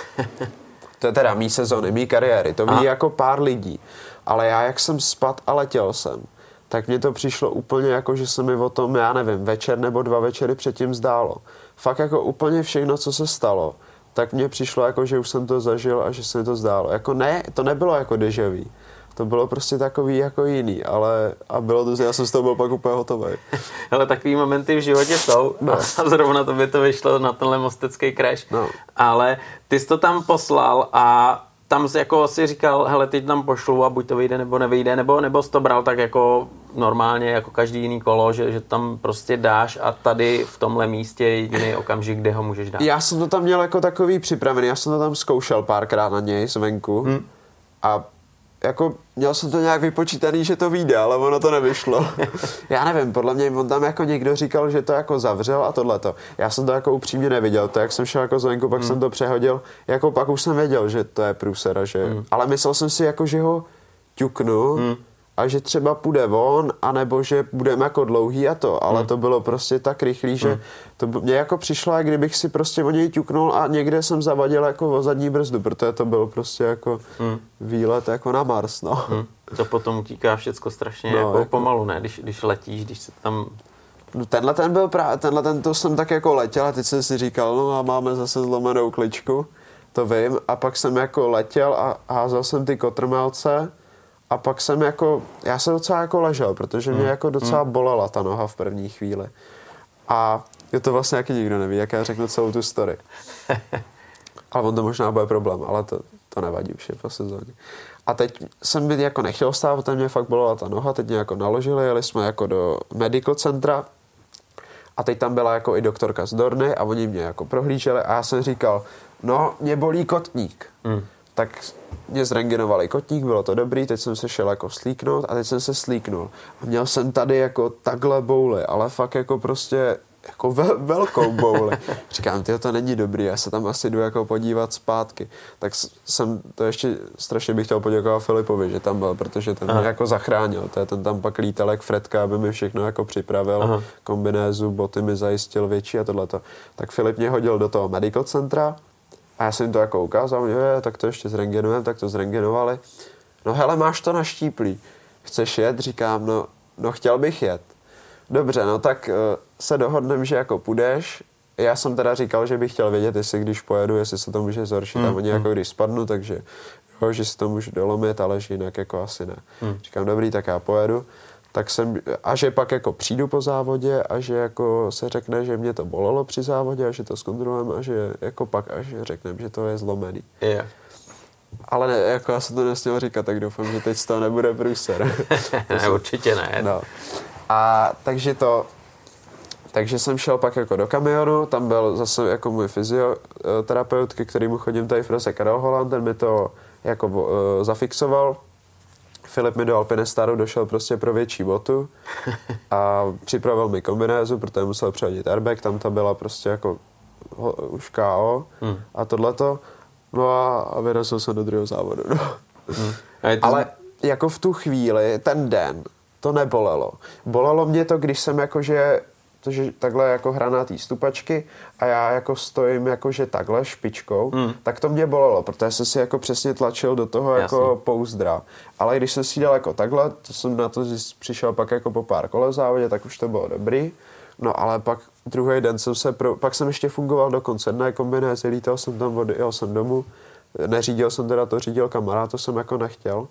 To je teda mý sezóny, mý kariéry. To ví jako pár lidí. Ale já, jak jsem spad a letěl jsem, tak mně to přišlo úplně jako, že se mi o tom, já nevím, večer nebo dva večery předtím zdálo. Fakt jako úplně všechno, co se stalo, tak mně přišlo jako, že už jsem to zažil a že se mi to zdálo. Jako ne, to nebylo jako déjà vu. To bylo prostě takový jako jiný, ale a bylo to, já jsem z toho byl pak úplně hotový. Ale takový momenty v životě jsou no. a zrovna to by to vyšlo na tenhle mostecký crash. No. Ale ty jsi to tam poslal a tam jsi jako si říkal, hele, teď tam pošlu a buď to vyjde nebo nevyjde, nebo, nebo jsi to bral tak jako normálně, jako každý jiný kolo, že, že tam prostě dáš a tady v tomhle místě je jediný okamžik, kde ho můžeš dát. Já jsem to tam měl jako takový připravený, já jsem to tam zkoušel párkrát na něj zvenku hmm. a jako měl jsem to nějak vypočítaný, že to vyjde, ale ono to nevyšlo. Já nevím, podle mě on tam jako někdo říkal, že to jako zavřel a tohleto. Já jsem to jako upřímně neviděl, to jak jsem šel jako zvenku, pak hmm. jsem to přehodil, jako pak už jsem věděl, že to je průsera, že, hmm. ale myslel jsem si jako, že ho ťuknu hmm. a že třeba půjde von, anebo že budeme jako dlouhý a to, ale hmm. to bylo prostě tak rychlý, že hmm. to mě jako přišlo, jak kdybych si prostě o něj ťuknul a někde jsem zavadil jako o zadní brzdu, protože to byl prostě jako hmm. výlet jako na Mars, no. Hmm. To potom utíká všecko strašně no, jako, jako pomalu, ne? Když, když letíš, když se tam... No tenhle ten byl právě, tenhle ten to jsem tak jako letěl a teď jsem si říkal, no a máme zase zlomenou kličku, to vím, a pak jsem jako letěl a házel jsem ty kotrmelce. A pak jsem jako, já jsem docela jako ležel, protože mě hmm. jako docela bolela ta noha v první chvíli. A je to vlastně jaký nikdo neví, jak já řeknu celou tu story. Ale on to možná bude problém, ale to, to nevadí už je po sezóně. A teď jsem by jako nechtěl vstávat, mě fakt bolela ta noha, teď mě jako naložili, jeli jsme jako do medical centra a teď tam byla jako i doktorka z Dorny a oni mě jako prohlíželi a já jsem říkal, no mě bolí kotník. Hmm. Tak mě zrengenovali kotník, bylo to dobrý, teď jsem se šel jako slíknout a teď jsem se slíknul. A měl jsem tady jako takhle bouly, ale fakt jako prostě jako ve, velkou bouli. Říkám, tyjo, to není dobrý, já se tam asi jdu jako podívat zpátky. Tak jsem to ještě strašně bych chtěl poděkovat Filipovi, že tam byl, protože ten mě jako zachránil. To je ten tam pak lítal jak Fredka, aby mi všechno jako připravil, Aha. kombinézu, boty mi zajistil větší a tohleto. Tak Filip mě hodil do toho medical centra a já jsem jim to jako ukázal, že tak to ještě zrengenujeme, tak to zrengenovali. No hele, máš to naštíplý. Chceš jet? Říkám, no, no chtěl bych jet. Dobře, no tak uh, se dohodneme, že jako půjdeš. Já jsem teda říkal, že bych chtěl vědět, jestli když pojedu, jestli se to může zhoršit. Mm, a oni mm. jako když spadnu, takže jo, že si to můžu dolomit, ale že jinak jako asi ne. Mm. Říkám, dobrý, tak já pojedu. Tak jsem, a že pak jako přijdu po závodě a že jako se řekne, že mě to bolelo při závodě a že to zkontrolujeme a že jako pak až řekneme, že to je zlomený. Yeah. Ale ne, jako já jsem to nesměl říkat, tak doufám, že teď z toho nebude průser. Ne, určitě ne. No. A takže to, takže jsem šel pak jako do kamionu, tam byl zase jako můj fyzioterapeut, ke kterému chodím tady v Praze, Karel Holland, ten mi to jako uh, zafixoval. Filip mi do Alpinestaru došel prostě pro větší botu a připravil mi kombinézu, protože musel přehodit airbag, tam ta byla prostě jako ho, už ká ó hmm. a tohleto. No a, a vyrazil jsem do druhého závodu. No. Hmm. To... Ale jako v tu chvíli, ten den, to nebolelo. Bolelo mě to, když jsem jakože, tože takhle jako hranatý stupačky a já jako stojím jakože takhle špičkou, hmm. tak to mě bolelo, protože jsem si jako přesně tlačil do toho Jasně. jako pouzdra. Ale když jsem si dal jako takhle, to jsem na to přišel pak jako po pár kole v závodě, tak už to bylo dobrý. No ale pak druhý den jsem se, pro, pak jsem ještě fungoval do konce dne kombinézy, lítal jsem tam, odjel jsem domů, neřídil jsem teda, to řídil kamarád, to jsem jako nechtěl.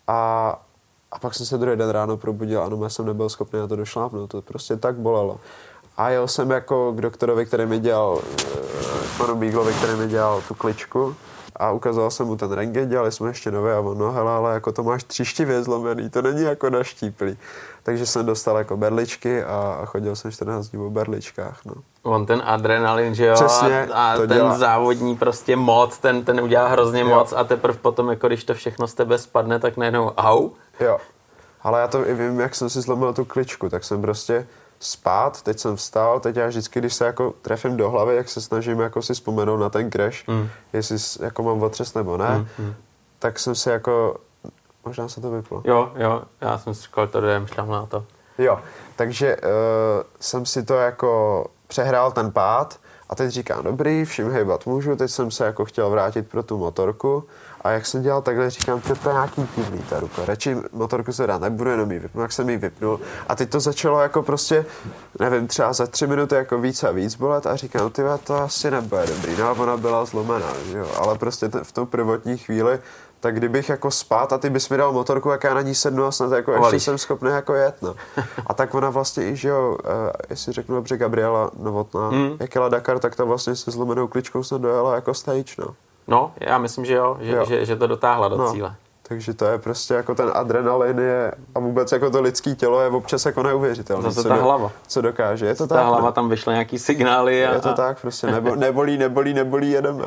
A A pak jsem se druhý den ráno probudil a no, já jsem nebyl schopný na to došlápnout, to prostě tak bolelo. A jel jsem jako k doktorovi, který mi dělal, panu Bíglovi, který mi dělal tu kličku a ukázal jsem mu ten rentgen, dělali jsme ještě nové a on, no hele, ale jako to máš třištivě zlomený, to není jako naštíplý. Takže jsem dostal jako berličky a chodil jsem čtrnáct dní o berličkách, no. On ten adrenalin, že jo, Přesně, a, a ten dělá. Závodní prostě moc, ten, ten udělá hrozně jo. moc a teprve potom, jako když to všechno z tebe spadne, tak najednou au. Jo, ale já to i vím, jak jsem si zlomil tu kličku, tak jsem prostě spát, teď jsem vstal, teď já vždycky, když se jako trefím do hlavy, jak se snažím jako si vzpomenout na ten crash, mm. jestli jako mám otřes nebo ne, mm, mm. tak jsem si jako, možná se to vyplo. Jo, jo, já jsem si říkal, to jdem šťam na to. Jo, takže uh, jsem si to jako přehrál ten pád a teď říkám, dobrý, všim hejbat můžu, teď jsem se jako chtěl vrátit pro tu motorku a jak jsem dělal takhle, říkám, to je nějaký divný ta ruka, radši motorku se dát nebudu, jenom jí vypnu, jak jsem jí vypnul a teď to začalo jako prostě, nevím, třeba za tři minuty jako víc a víc bolet a říkám, tyhle, to asi nebude dobrý, no a ona byla zlomená, jo, ale prostě t- v tom prvotní chvíli, tak kdybych jako spát a ty bys mi dal motorku, jak já na ní sednu a snad jako ještě jsem schopný jako jet, no. A tak ona vlastně i, že jo, uh, jestli řeknu dobře, Gabriela Novotná, hmm. jak jela Dakar, tak ta vlastně se zlomenou kličkou snad dojela jako stage, no. No, já myslím, že jo, že, jo. že, že to dotáhla do no. cíle. Takže to je prostě jako ten adrenalin je a vůbec jako to lidský tělo je občas jako neuvěřitelné. Zase ta do, hlava. Co dokáže, je to ta tak. Ta hlava ne? Tam vyšle nějaký signály. A, je to a... tak, prostě nebo, nebolí, nebolí, nebolí, jedeme.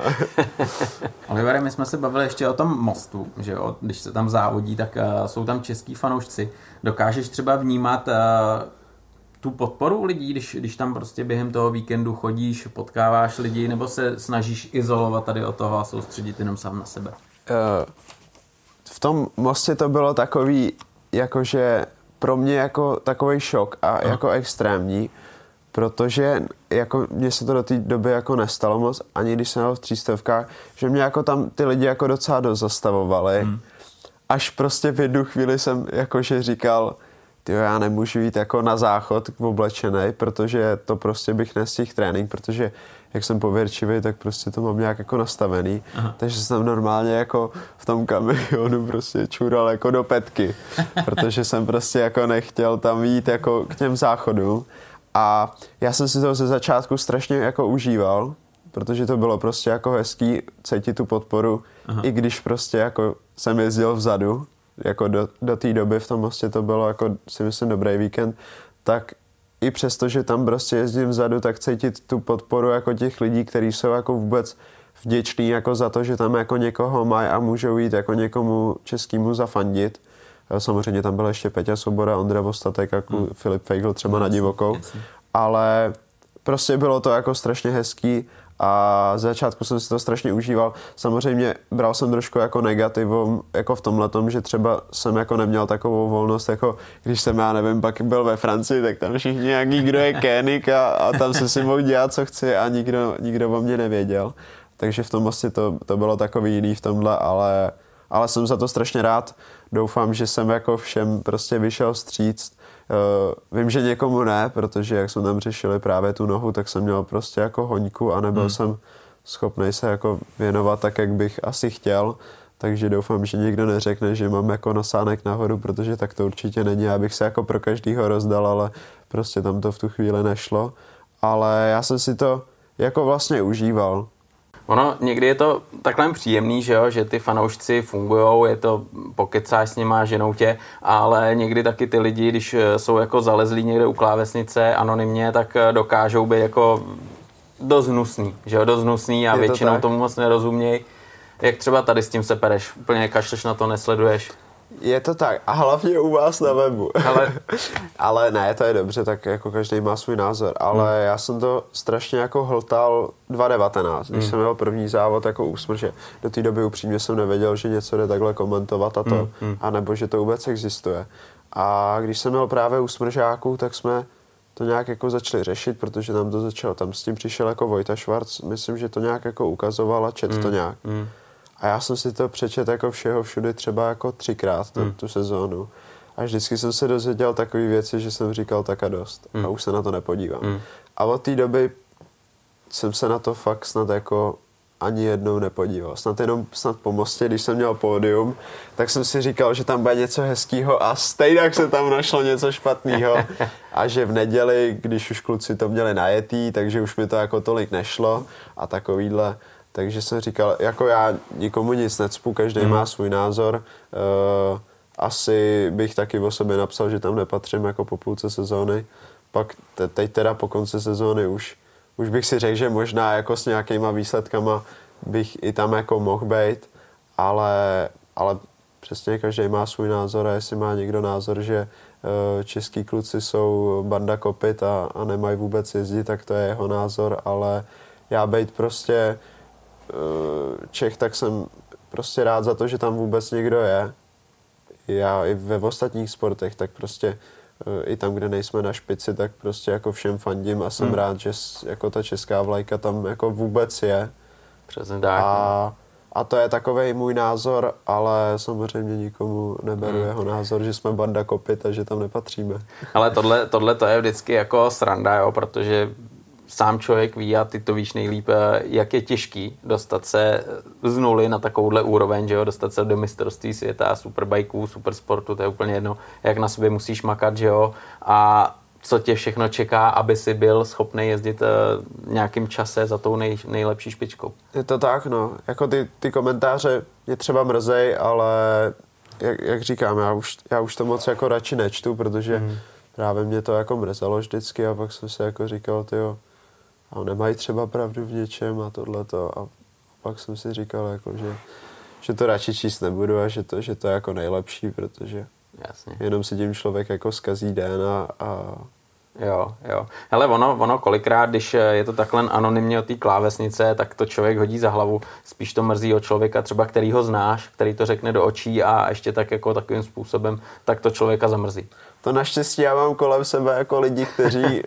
Olivere, my jsme se bavili ještě o tom mostu, že jo, když se tam závodí, tak uh, jsou tam český fanoušci. Dokážeš třeba vnímat uh, tu podporu lidí, když, když tam prostě během toho víkendu chodíš, potkáváš lidi, nebo se snažíš izolovat tady od toho a soustředit jenom sám na sebe? Uh, v tom Mostě to bylo takový, jakože pro mě jako takový šok a Aha. jako extrémní, protože jako mně se to do té doby jako nestalo moc, ani když jsem jel v třístovkách, že mě jako tam ty lidi jako docela dost zastavovali. Hmm. Až prostě v jednu chvíli jsem jakože říkal, tyjo, já nemůžu jít jako na záchod oblečenej, protože to prostě bych nestihl trénink, protože jak jsem pověrčivý, tak prostě to mám nějak jako nastavený. Aha. Takže jsem normálně jako v tom kamionu prostě čural jako do petky, protože jsem prostě jako nechtěl tam jít jako k těm záchodům. A já jsem si to ze začátku strašně jako užíval, protože to bylo prostě jako hezký cítit tu podporu, Aha. i když prostě jako jsem jezdil vzadu, jako do, do té doby v tom Mostě to bylo jako si myslím dobrý víkend, tak i přesto, že tam prostě jezdím vzadu, tak cítit tu podporu jako těch lidí, kteří jsou jako vůbec vděční jako za to, že tam jako někoho mají a můžou jít jako někomu českému zafandit. Samozřejmě tam byl ještě Peťa Svoboda, Ondra Vostatek, jako hmm. Filip Feigl třeba hmm. na divokou, ale prostě bylo to jako strašně hezký a z začátku jsem si to strašně užíval. Samozřejmě bral jsem trošku jako negativum, jako v tomhletom, že třeba jsem jako neměl takovou volnost, jako když jsem, já nevím, pak byl ve Francii, tak tam všichni nějaký, kdo je Kénik a, a tam se si mohl dělat, co chci a nikdo, nikdo o mě nevěděl. Takže v tom asi to, to bylo takový jiný v tomhle, ale, ale jsem za to strašně rád. Doufám, že jsem jako všem prostě vyšel vstříc. Uh, vím, že někomu ne, protože jak jsme tam řešili právě tu nohu, tak jsem měl prostě jako hoňku a nebyl hmm. jsem schopnej se jako věnovat tak, jak bych asi chtěl. Takže doufám, že nikdo neřekne, že mám jako nosánek nahoru, protože tak to určitě není. Já bych se jako pro každýho rozdal, ale prostě tam to v tu chvíli nešlo. Ale já jsem si to jako vlastně užíval. Ono, někdy je to takhle příjemný, že jo, že ty fanoušci fungujou, je to, pokecáš s nima, ženou tě, ale někdy taky ty lidi, když jsou jako zalezlí někde u klávesnice anonymně, tak dokážou být jako dost hnusný, že jo, dost hnusný a většinou tak. Tomu moc nerozumějí. Jak třeba tady s tím se pereš, úplně kašleš na to, nesleduješ? Je to tak. A hlavně u vás na webu. Ale, ale ne, to je dobře, tak jako každý má svůj názor. Ale hmm. já jsem to strašně jako hltal dva tisíce devatenáct, když hmm. jsem měl první závod jako úsmrže. Do té doby upřímně jsem nevěděl, že něco jde takhle komentovat a to. Hmm. A nebo že to vůbec existuje. A když jsem měl právě úsmržáků, tak jsme to nějak jako začali řešit, protože tam to začalo. Tam s tím přišel jako Vojta Švarc, myslím, že to nějak jako ukazoval a čet hmm. to nějak. Hmm. A já jsem si to přečet jako všeho všude třeba jako třikrát tu, hmm. tu sezónu. A vždycky jsem se dozvěděl takové věci, že jsem říkal tak a dost. Hmm. A už se na to nepodívám. Hmm. A od té doby jsem se na to fakt snad jako ani jednou nepodíval. Snad jenom snad po mostě, když jsem měl pódium, tak jsem si říkal, že tam bude něco hezkýho a stejně se tam našlo něco špatného. A že v neděli, když už kluci to měli najetý, takže už mi to jako tolik nešlo a takovýhle. Takže jsem říkal, jako já nikomu nic necpu, každý mm. má svůj názor. Uh, asi bych taky o sobě napsal, že tam nepatřím jako po půlce sezóny. Pak te, teď teda po konci sezóny už, už bych si řekl, že možná jako s nějakýma výsledkama bych i tam jako mohl být, ale, ale přesně každý má svůj názor a jestli má někdo názor, že uh, český kluci jsou banda kopyt a, a nemají vůbec jezdit, tak to je jeho názor, ale já bejt prostě Čech, tak jsem prostě rád za to, že tam vůbec někdo je. Já i ve ostatních sportech, tak prostě i tam, kde nejsme na špici, tak prostě jako všem fandím a jsem hmm. rád, že jako ta česká vlajka tam jako vůbec je. Přesně tak. A, a to je takovej můj názor, ale samozřejmě nikomu neberu hmm. jeho názor, že jsme banda kopyt a že tam nepatříme. Ale tohle, tohle to je vždycky jako sranda, jo, protože sám člověk ví a ty to víš nejlíp, jak je těžký dostat se z nuly na takovouhle úroveň, že jo, dostat se do mistrovství světa, superbajků, supersportu, to je úplně jedno, jak na sobě musíš makat, že jo, a co tě všechno čeká, aby si byl schopný jezdit uh, nějakým čase za tou nej, nejlepší špičkou. Je to tak, no, jako ty, ty komentáře mě třeba mrzej, ale jak, jak říkám, já už, já už to moc jako radši nečtu, protože hmm. právě mě to jako mrzelo vždycky a pak jsem si jako říkal, tyjo, a nemají třeba pravdu v něčem a tohleto. A pak jsem si říkal, jako, že, že to radši číst nebudu a že to, že to je jako nejlepší, protože Jasně. jenom si tím člověk jako zkazí den a, a... Jo, jo. Hele, ono, ono kolikrát, když je to takhle anonymně od té klávesnice, tak to člověk hodí za hlavu. Spíš to mrzí od člověka třeba, který ho znáš, který to řekne do očí a ještě tak jako takovým způsobem, tak to člověka zamrzí. To naštěstí já mám kolem sebe jako lidi, kteří e,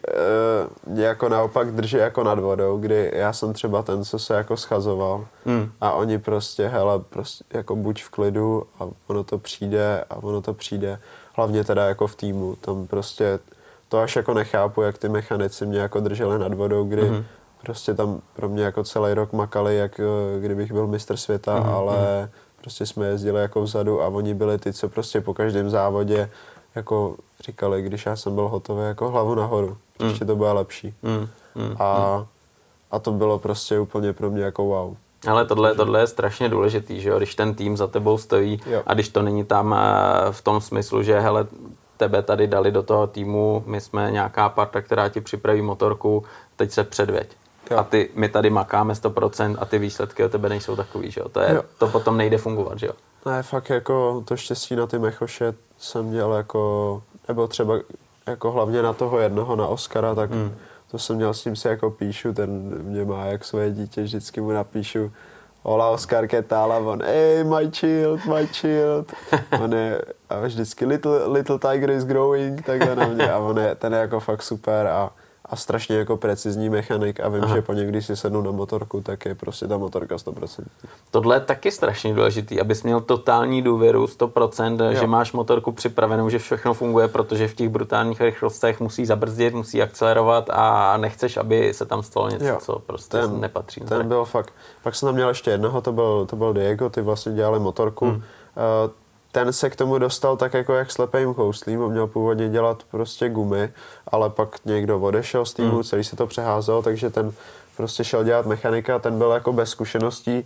mě jako naopak drží jako nad vodou, kdy já jsem třeba ten, co se jako schazoval mm. a oni prostě, hele, prostě jako buď v klidu a ono to přijde a ono to přijde. Hlavně teda jako v týmu, tam prostě to až jako nechápu, jak ty mechanici mě jako drželi nad vodou, kdy mm. prostě tam pro mě jako celý rok makali, jak kdybych byl mistr světa, mm. ale prostě jsme jezdili jako vzadu a oni byli ty, co prostě po každém závodě jako říkali, když já jsem byl hotový, jako hlavu nahoru. Ještě mm. to bylo lepší. Mm. Mm. A, a to bylo prostě úplně pro mě jako wow. Ale tohle, tohle je strašně důležitý, že jo? Když ten tým za tebou stojí jo. a když to není tam v tom smyslu, že hele, tebe tady dali do toho týmu, my jsme nějaká parta, která ti připraví motorku, teď se předveď. Jo. A ty, my tady makáme sto procent a ty výsledky od tebe nejsou takový, že jo? To, je, to potom nejde fungovat, že jo? Ne, fakt jako to štěstí na ty mechoše jsem měl jako, nebo třeba jako hlavně na toho jednoho, na Oskara, tak mm. to jsem měl s ním si jako píšu, ten mě má jak svoje dítě, vždycky mu napíšu hola Oscar, ¿qué tal? A on, hey, my child, my child. On je, a vždycky little, little tiger is growing, takhle na mě. A on je, ten je jako fakt super a, a strašně jako precizní mechanik a vím, Aha. že po něj, když si sednu na motorku, tak je prostě ta motorka sto procent. Tohle je taky strašně důležitý, abys měl totální důvěru sto procent, jo. že máš motorku připravenou, že všechno funguje, protože v těch brutálních rychlostech musí zabrzdit, musí akcelerovat a nechceš, aby se tam stalo něco, jo. co prostě ten, nepatří. Ten byl fakt. Pak jsem tam měl ještě jednoho, to byl, to byl Diego, ty vlastně dělali motorku. Hmm. Uh, ten se k tomu dostal tak jako jak slepým kouslím, on měl původně dělat prostě gumy, ale pak někdo odešel z týmu, hmm. celý se to přeházelo, takže ten prostě šel dělat mechanika, ten byl jako bez zkušeností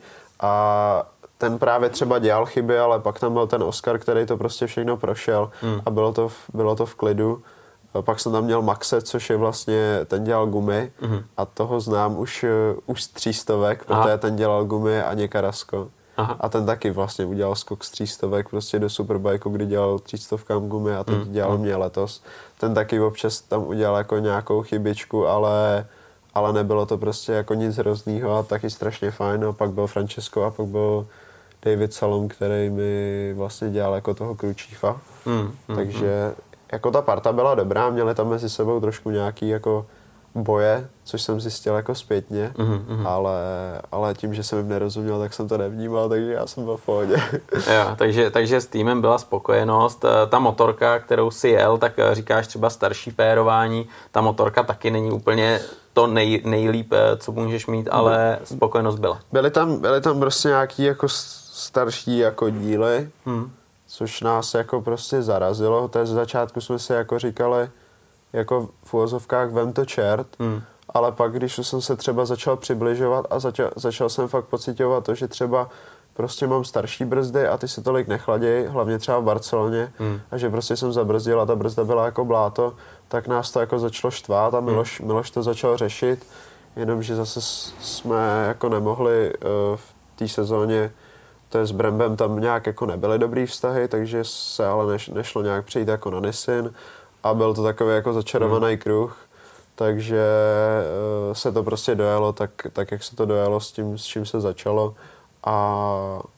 a ten právě třeba dělal chyby, ale pak tam byl ten Oscar, který to prostě všechno prošel hmm. a bylo to, v, bylo to v klidu. Pak jsem tam měl Maxe, což je vlastně, ten dělal gumy hmm. a toho znám už, už z třístovek, protože Aha. ten dělal gumy a Carrasco. Aha. A ten taky vlastně udělal skok z třístovek prostě do Superbikeu, kdy dělal třístovkám gumy a teď mm. dělal mě letos. Ten taky občas tam udělal jako nějakou chybičku, ale, ale nebylo to prostě jako nic hroznýho a taky strašně fajn. A pak byl Francesco a pak byl David Salom, který mi vlastně dělal jako toho Cruchiefa. Mm. Mm. Takže jako ta parta byla dobrá, měli tam mezi sebou trošku nějaký jako boje, což jsem zjistil jako zpětně, mm-hmm. ale, ale tím, že jsem jim nerozuměl, tak jsem to nevnímal, takže já jsem byl v pohodě. Jo, takže, takže s týmem byla spokojenost. Ta motorka, kterou si jel, tak říkáš třeba starší pérování, ta motorka taky není úplně to nej, nejlíp, co můžeš mít, ale spokojenost byla. Byly tam, byly tam prostě nějaký jako starší jako díly, hmm. což nás jako prostě zarazilo. To je z začátku jsme si jako říkali, jako v uvozovkách vem to čert, hmm. ale pak, když jsem se třeba začal přibližovat a začal, začal jsem fakt pociťovat to, že třeba prostě mám starší brzdy a ty se tolik nechladějí, hlavně třeba v Barceloně, hmm. a že prostě jsem zabrzdil a ta brzda byla jako bláto, tak nás to jako začalo štvát a Miloš, hmm. Miloš to začal řešit, jenomže zase jsme jako nemohli uh, v té sezóně, to je s Brembem, tam nějak jako nebyly dobrý vztahy, takže se ale neš, nešlo nějak přejít jako na Nissin. A byl to takový jako začarovaný hmm. kruh, takže uh, se to prostě dojelo tak, tak, jak se to dojelo s tím, s čím se začalo. A,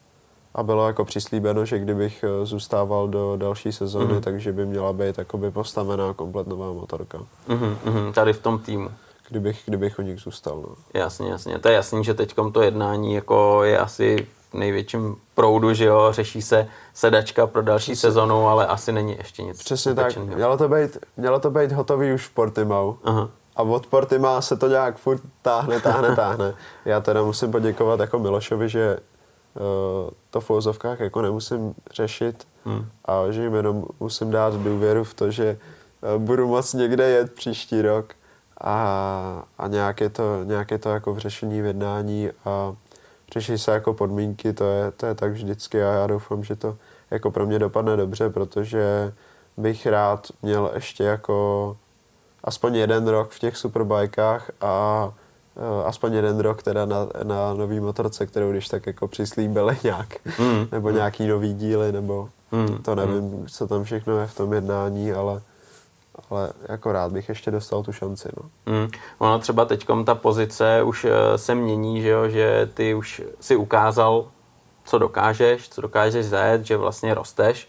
a bylo jako přislíbeno, že kdybych zůstával do další sezóny, hmm. takže by měla být jakoby postavená komplet nová motorka. Hmm, hmm, tady v tom týmu. Kdybych, kdybych u nich zůstal. No. Jasně, jasně. To je jasný, že teďkom to jednání jako je asi v největším proudu, že jo, řeší se sedačka pro další Přesně. sezonu, ale asi není ještě nic. Přesně tak. Mělo to být, mělo to být hotový už v Portimao. Aha. A od Portimao se to nějak furt táhne, táhne, táhne. Já teda musím poděkovat jako Milošovi, že uh, to v uvozovkách jako nemusím řešit hmm. a že jim jenom musím dát důvěru v to, že uh, budu moc někde jet příští rok a, a nějak, je to, nějak je to jako v řešení, v jednání a řeší se jako podmínky, to je, to je tak vždycky a já doufám, že to jako pro mě dopadne dobře, protože bych rád měl ještě jako aspoň jeden rok v těch superbajkách a uh, aspoň jeden rok teda na, na nový motorce, kterou když tak jako přislíbili nějak, mm. nebo mm. nějaký nový díly, nebo mm. to nevím, mm. co tam všechno je v tom jednání, ale ale jako rád bych ještě dostal tu šanci. No. Mm. Ono třeba teďkom ta pozice už se mění, že, jo? Že ty už si ukázal, co dokážeš, co dokážeš zajet, že vlastně rosteš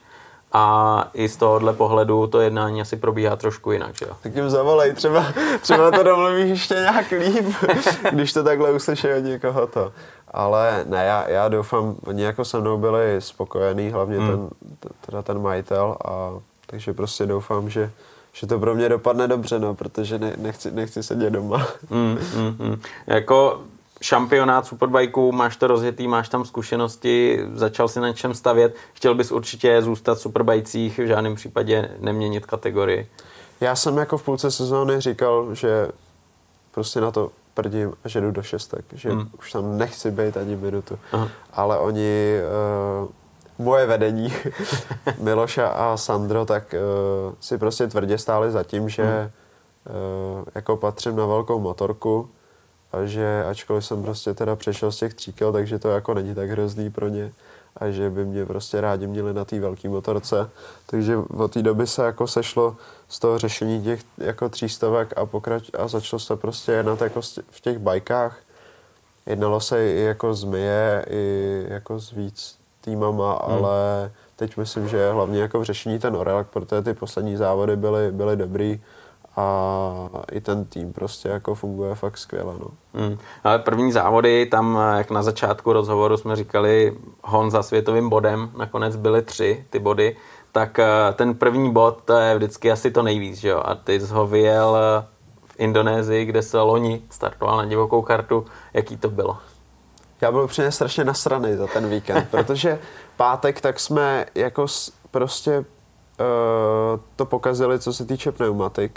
a i z tohohle pohledu to jednání asi probíhá trošku jinak. Že jo? Tak jim zavolej, třeba, třeba to domluvíš ještě nějak líp, když to takhle uslyší od někoho to. Ale ne, já, já doufám, oni jako se mnou byli spokojení, hlavně mm. ten, teda ten majitel, a takže prostě doufám, že že to pro mě dopadne dobře, no, protože ne, nechci, nechci sedět doma. Mm, mm, mm. Jako šampionát superbajků, máš to rozjetý, máš tam zkušenosti, začal si na čem stavět, chtěl bys určitě zůstat v superbajcích, v žádném případě neměnit kategorii. Já jsem jako v půlce sezóny říkal, že prostě na to prdím a že jdu do šestek, že mm. už tam nechci být ani minutu, Aha. ale oni... Uh, moje vedení, Miloša a Sandro, tak uh, si prostě tvrdě stáli za tím, že hmm. uh, jako patřím na velkou motorku a že ačkoliv jsem prostě teda přešel z těch tříkel, takže to jako není tak hrozný pro ně a že by mě prostě rádi měli na té velké motorce. Takže od té doby se jako sešlo z toho řešení těch jako třístovek a, pokrač, a začalo se prostě jednat jako v těch bajkách. Jednalo se i jako z Mie, i jako s víc týmama, hmm. ale teď myslím, že je hlavně jako v řešení ten Orelak, protože ty poslední závody byly, byly dobrý a i ten tým prostě jako funguje fakt skvěle. No. Hmm. Ale první závody, tam jak na začátku rozhovoru jsme říkali hon za světovým bodem, nakonec byly tři ty body, tak ten první bod to je vždycky asi to nejvíc, že jo? A ty jsi ho vyjel v Indonésii, kde se loni startoval na divokou kartu. Jaký to bylo? Já byl upřímně strašně nasranej za ten víkend, protože pátek tak jsme jako prostě uh, to pokazili, co se týče pneumatik,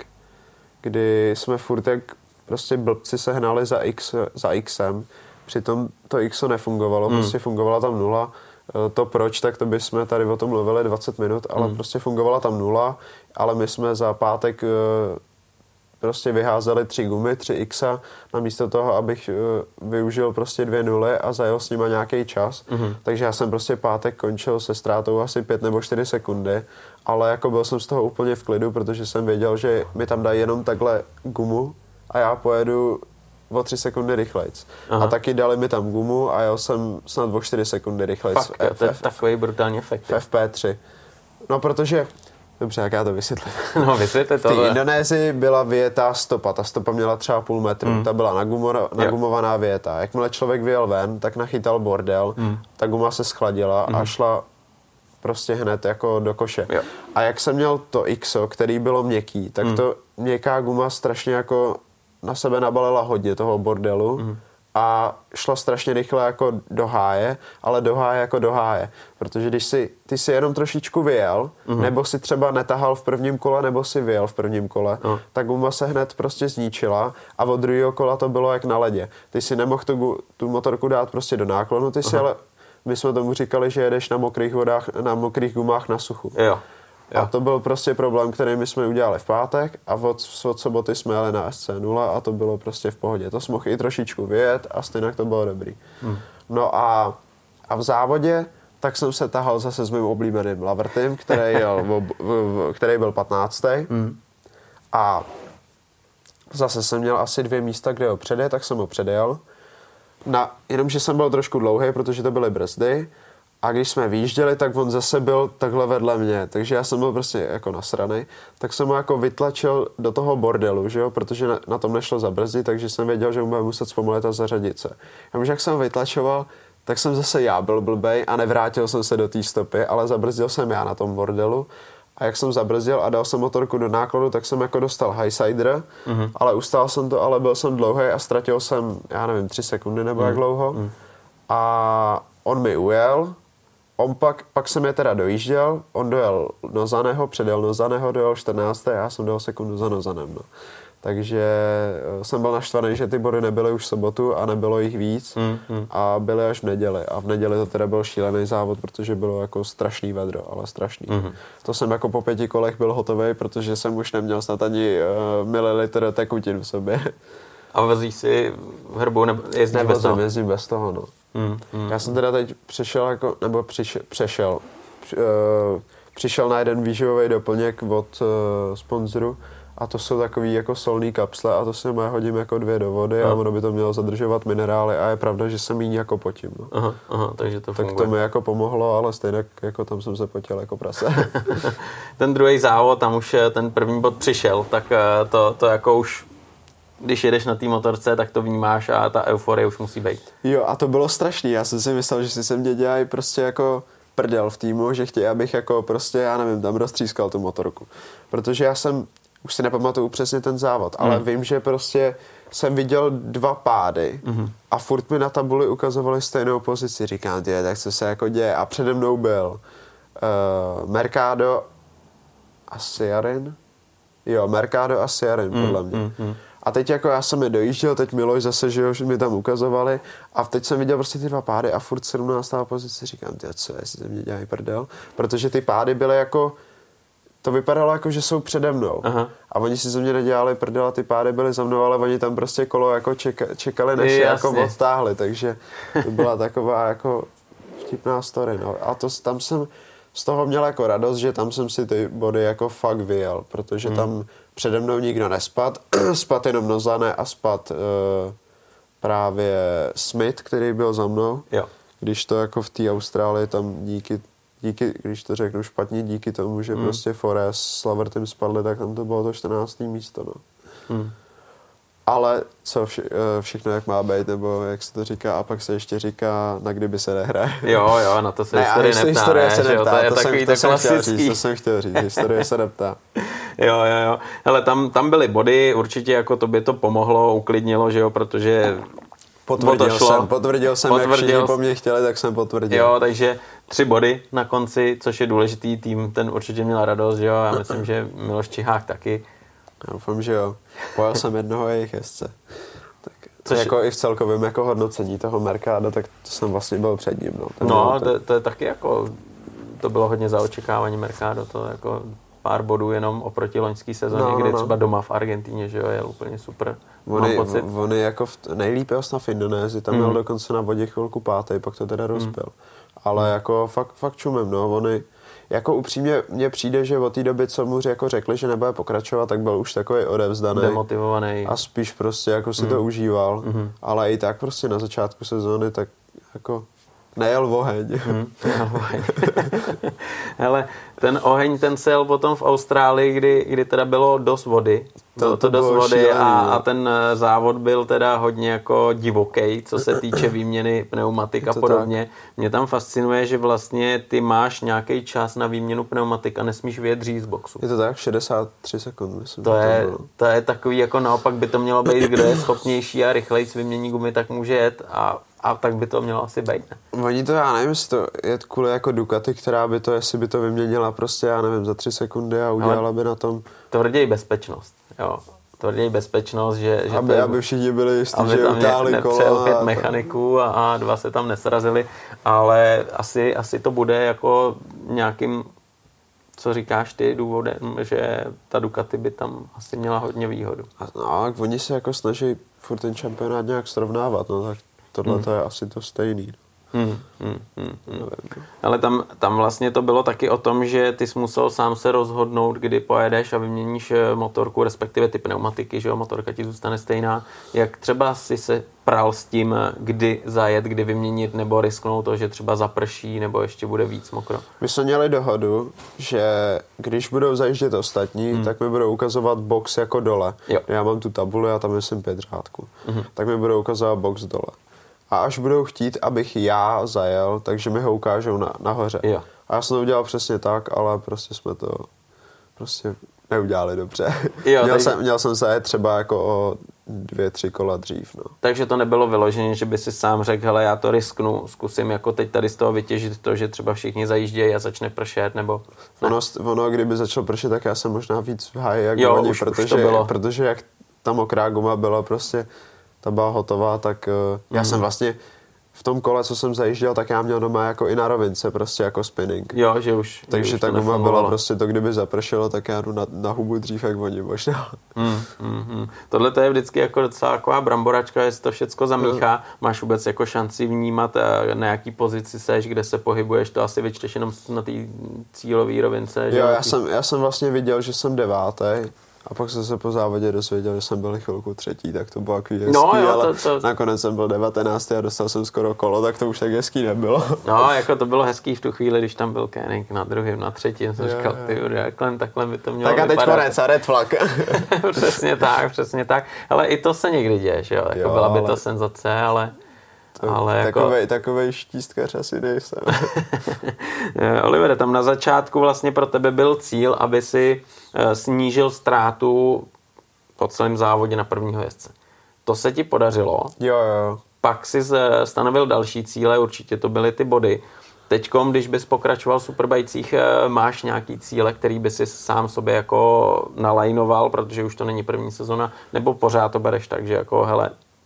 kdy jsme furt jak prostě blbci se hnali za, X, za Xem, přitom to X nefungovalo, hmm. prostě fungovala tam nula. Uh, to proč, tak to bychom tady o tom mluvili dvacet minut, ale hmm. prostě fungovala tam nula, ale my jsme za pátek uh, prostě vyházeli tři gumy, tři Xa, namísto toho, abych uh, využil prostě dvě nuly a zajel s nima nějaký čas. Mm-hmm. Takže já jsem prostě pátek končil se ztrátou asi pět nebo čtyři sekundy, ale jako byl jsem z toho úplně v klidu, protože jsem věděl, že mi tam dají jenom takhle gumu a já pojedu o tři sekundy rychlejc. Aha. A taky dali mi tam gumu a jel jsem snad o čtyři sekundy rychlejc. Fakt, to je takový brutální efekt. V F P tři. No protože dobře, jak já to vysvětlím. No, vysvětli to. V té Indonésii byla vyjetá stopa. Ta stopa měla třeba půl metru. Mm. Ta byla nagumo- nagumovaná vyjetá. Jakmile člověk vyjel ven, tak nachytal bordel. Mm. Ta guma se schladila mm. a šla prostě hned jako do koše. Jo. A jak jsem měl to Xo, který bylo měkký, tak mm. to měkká guma strašně jako na sebe nabalila hodně toho bordelu. Mm. A šla strašně rychle jako do háje, ale do háje jako do háje. Protože když si, ty si jenom trošičku vyjel, mm-hmm. nebo si třeba netahal v prvním kole, nebo si vyjel v prvním kole, mm. ta guma se hned prostě zničila a od druhého kola to bylo jak na ledě. Ty si nemohl tu, tu motorku dát prostě do náklonu, ty si mm-hmm. ale, my jsme tomu říkali, že jedeš na mokrých vodách, na mokrých gumách na suchu. Jo. Jo. A to byl prostě problém, který my jsme udělali v pátek a od, od soboty jsme jeli na S C nula a to bylo prostě v pohodě. To jsme mohli i trošičku vyjet a stejně to bylo dobrý. Hmm. No a, a v závodě tak jsem se tahal zase s mým oblíbeným Lavertym, který, jel, v, v, v, který byl patnáctý Hmm. A zase jsem měl asi dvě místa, kde ho předjet, tak jsem ho předjel. Na, jenomže jsem byl trošku dlouhý, protože to byly brzdy. A když jsme vyjížděli, tak on zase byl takhle vedle mě, takže já jsem byl prostě jako nasranej, tak jsem ho jako vytlačil do toho bordelu, že jo, protože na, na tom nešlo zabrzdit, takže jsem věděl, že mu bude muset zpomalit a zařadit se. A jak jsem ho vytlačoval, tak jsem zase já byl blbej a nevrátil jsem se do té stopy, ale zabrzdil jsem já na tom bordelu. A jak jsem zabrzdil a dal jsem motorku do nákladu, tak jsem jako dostal highsider, mm-hmm. ale ustál jsem to, ale byl jsem dlouhý a ztratil jsem, já nevím, tři sekundy nebo mm-hmm. jak dlouho. Mm-hmm. A on mi ujel. On pak, pak jsem je teda dojížděl, on dojel Nozaného, předjel Nozaného, dojel čtrnáctý a já jsem dojel sekundu za Nozanem. No. Takže jsem byl naštvaný, že ty body nebyly už v sobotu a nebylo jich víc mm, mm. a byly až v neděli. A v neděli to teda byl šílený závod, protože bylo jako strašný vedro, ale strašný. Mm. To jsem jako po pěti kolech byl hotový, protože jsem už neměl snad ani uh, mililitr tekutin v sobě. A vezíš si v hrbu nebo jezdíš bez toho? Jezdím bez toho, no. Mm, mm, Já jsem teda teď přišel jako, nebo přišel, přešel, při, uh, přišel na jeden výživový doplněk od uh, sponzoru a to jsou takový jako solný kapsle a to si já hodím jako dvě do vody a ono by to mělo zadržovat minerály a je pravda, že jsem jí jako potím. No. Aha, aha, takže to funguje. Tak to mi jako pomohlo, ale stejně jako tam jsem se potil jako prase. Ten druhý závod, tam už ten první bod přišel, tak to, to jako už když jedeš na té motorce, tak to vnímáš a ta euforie už musí být. Jo, a to bylo strašný. Já jsem si myslel, že si se mě dělají prostě jako prdel v týmu, že chtějí, abych jako prostě, já nevím, tam roztřískal tu motorku. Protože já jsem, už si nepamatuju přesně ten závod, ale hmm. vím, že prostě jsem viděl dva pády hmm. a furt mi na tabuli ukazovali stejnou pozici. Říkám, tyje, tak co se jako děje? A přede mnou byl uh, Mercado a Siarin. Jo, Mercado a Siarin, hmm. podle mě. Hmm. A teď jako já jsem je dojížděl, teď Miloš zase, že jo, mi tam ukazovali a teď jsem viděl prostě ty dva pády a furt sedmnáctá pozice, říkám, tyjo, co je, jestli se mě dělají prdel, protože ty pády byly jako, to vypadalo jako, že jsou přede mnou. Aha. A oni si ze mě nedělali prdel a ty pády byly za mnou, ale oni tam prostě kolo jako čeka, čekali, než je jako odtáhli, takže to byla taková jako vtipná story, no. A to tam jsem z toho měl jako radost, že tam jsem si ty body jako fakt vyjel, protože hmm. tam přede mnou nikdo nespad, spad jenom Nozane a spad uh, právě Smith, který byl za mnou. Jo. Když to jako v té Austrálii tam díky, díky, když to řeknu špatně, díky tomu, že hmm. prostě Forest s Lavertym spadli, tak tam to bylo to čtrnácté místo, no. Hmm. Ale co vše, všechno jak má být, nebo jak se to říká, a pak se ještě říká, na kdyby se nehraje. Jo, jo, na to se ne, historie neptá, historie ne, se neptá, jo, to je to takový jsem, tak to klasický. Jsem říct, to jsem chtěl říct, historie se neptá. Jo, jo, jo. Hele, tam, tam byly body, určitě jako to by to pomohlo, uklidnilo, že jo, protože Potvrdil jsem, potvrdil jsem, potvrdil jak všichni po mně chtěli, tak jsem potvrdil. Jo, takže tři body na konci, což je důležitý, tým ten určitě měl radost, že jo, já myslím, že Miloš Čihák taky. Já doufám, že jo. Pojel jsem jednoho jejich jezdce. Tak což jako i v celkovém jako hodnocení toho Mercada, tak to jsem vlastně byl před ním. No, no to, to je taky jako, to bylo hodně za očekávání Mercado, to jako pár bodů jenom oproti loňský sezóně, no, no, kdy no. třeba doma v Argentíně, že jo, je úplně super. Ony, ony jako v, nejlíp je v Indonésii, tam mm. byl dokonce na vodě chvilku pátej, pak to teda rozbil. Mm. Ale jako fakt, fakt čumím, no, ony, jako upřímně mně přijde, že od té doby, co mu jako řekli, že nebude pokračovat, tak byl už takový odevzdaný. Demotivovaný. A spíš prostě jako si mm. to užíval, mm. ale i tak prostě na začátku sezóny tak jako nejel oheň. Hmm, nejel oheň. Hele, ten oheň, ten se jel potom v Austrálii, kdy, kdy teda bylo dost vody. Bylo to, to, to dost vody šílený, a, a ten závod byl teda hodně jako divoký, co se týče výměny pneumatik a podobně. Tak. Mě tam fascinuje, že vlastně ty máš nějaký čas na výměnu pneumatik a nesmíš vyjet dřív z boxu. Je to tak? šedesát tři sekund, myslím. To je, to je takový, jako naopak by to mělo být, kdo je schopnější a rychleji vymění gumy, tak může jet a A tak by to mělo asi být, ne? Oni to, já nevím, jestli to je kvůli jako Ducati, která by to, jestli by to vyměnila prostě, já nevím, za tři sekundy a udělala ale by na tom... Tvrději bezpečnost, jo. Tvrději bezpečnost, že... že aby, je, aby všichni byli jistí, aby že utáhli kola. pět mechaniků a, a dva se tam nesrazili, ale asi, asi to bude jako nějakým, co říkáš ty, důvodem, že ta Ducati by tam asi měla hodně výhodu. A, no, oni se jako snaží furt ten šampionát nějak srovnávat, no tak tohle hmm. to je asi to stejný. Hmm, hmm, hmm, hmm. Ale tam, tam vlastně to bylo taky o tom, že ty jsi musel sám se rozhodnout, kdy pojedeš a vyměníš motorku, respektive ty pneumatiky, že jo, motorka ti zůstane stejná. Jak třeba si se pral s tím, kdy zajet, kdy vyměnit, nebo risknout to, že třeba zaprší, nebo ještě bude víc mokro? My jsme měli dohodu, že když budou zajíždět ostatní, hmm. tak mi budou ukazovat box jako dole. Jo. Já mám tu tabuli a tam myslím pět řádků. Hmm. Tak mi budou ukazovat box dole. A až budou chtít, abych já zajel, takže mi ho ukážou na, nahoře. Jo. A já jsem to udělal přesně tak, ale prostě jsme to prostě neudělali dobře. Jo, měl, takže... jsem, měl jsem zajet třeba jako o dvě, tři kola dřív. No. Takže to nebylo vyloženě, že by si sám řekl, hele, já to risknu, zkusím jako teď tady z toho vytěžit to, že třeba všichni zajíždějí a začne pršet, nebo... Ono, ono, kdyby začalo pršet, tak já jsem možná víc v háji jak jo, oni, už, protože, už to bylo. protože jak ta mokrá guma byla prostě... ta byla hotová, tak uh, já mm. jsem vlastně v tom kole, co jsem zajížděl, tak já měl doma jako i na rovince prostě jako spinning. Jo, že už. Takže už ta guma byla prostě to, kdyby zapršelo, tak já jdu na, na hubu dřív, jak oni možná. Mm, mm, mm. Tohle to je vždycky jako docela taková bramboračka, jestli to všecko zamíchá, mm. máš vůbec jako šanci vnímat, na jaký pozici seš, kde se pohybuješ, to asi vyčteš jenom na té cílové rovince. Jo, že? já jsem, já jsem vlastně viděl, že jsem devátý. A pak jsem se po závodě dozvěděl, že jsem byl chvilku třetí, tak to bylo takový hezký, no, jo, ale to, to... nakonec jsem byl devatenáctý a dostal jsem skoro kolo, tak to už tak hezký nebylo. No, jako to bylo hezký v tu chvíli, když tam byl Koenig na druhém, na třetím, jsem říkal, ty takhle, takhle by to mělo tak a teď vypadat. konec a red flag. Přesně tak, přesně tak, ale i to se někdy děje, že jo, jako jo, byla by ale... to senzace, ale... To, ale takovej, jako... takovej štístkař asi nejsem. Olivere, tam na začátku vlastně pro tebe byl cíl, aby si snížil ztrátu po celém závodě na prvního jezdce. To se ti podařilo. Jo, jo. Pak si stanovil další cíle, určitě to byly ty body. Teďkom, když bys pokračoval v Superbajcích, máš nějaký cíle, který by si sám sobě jako nalajnoval, protože už to není první sezona, nebo pořád to bereš tak, že jako hele,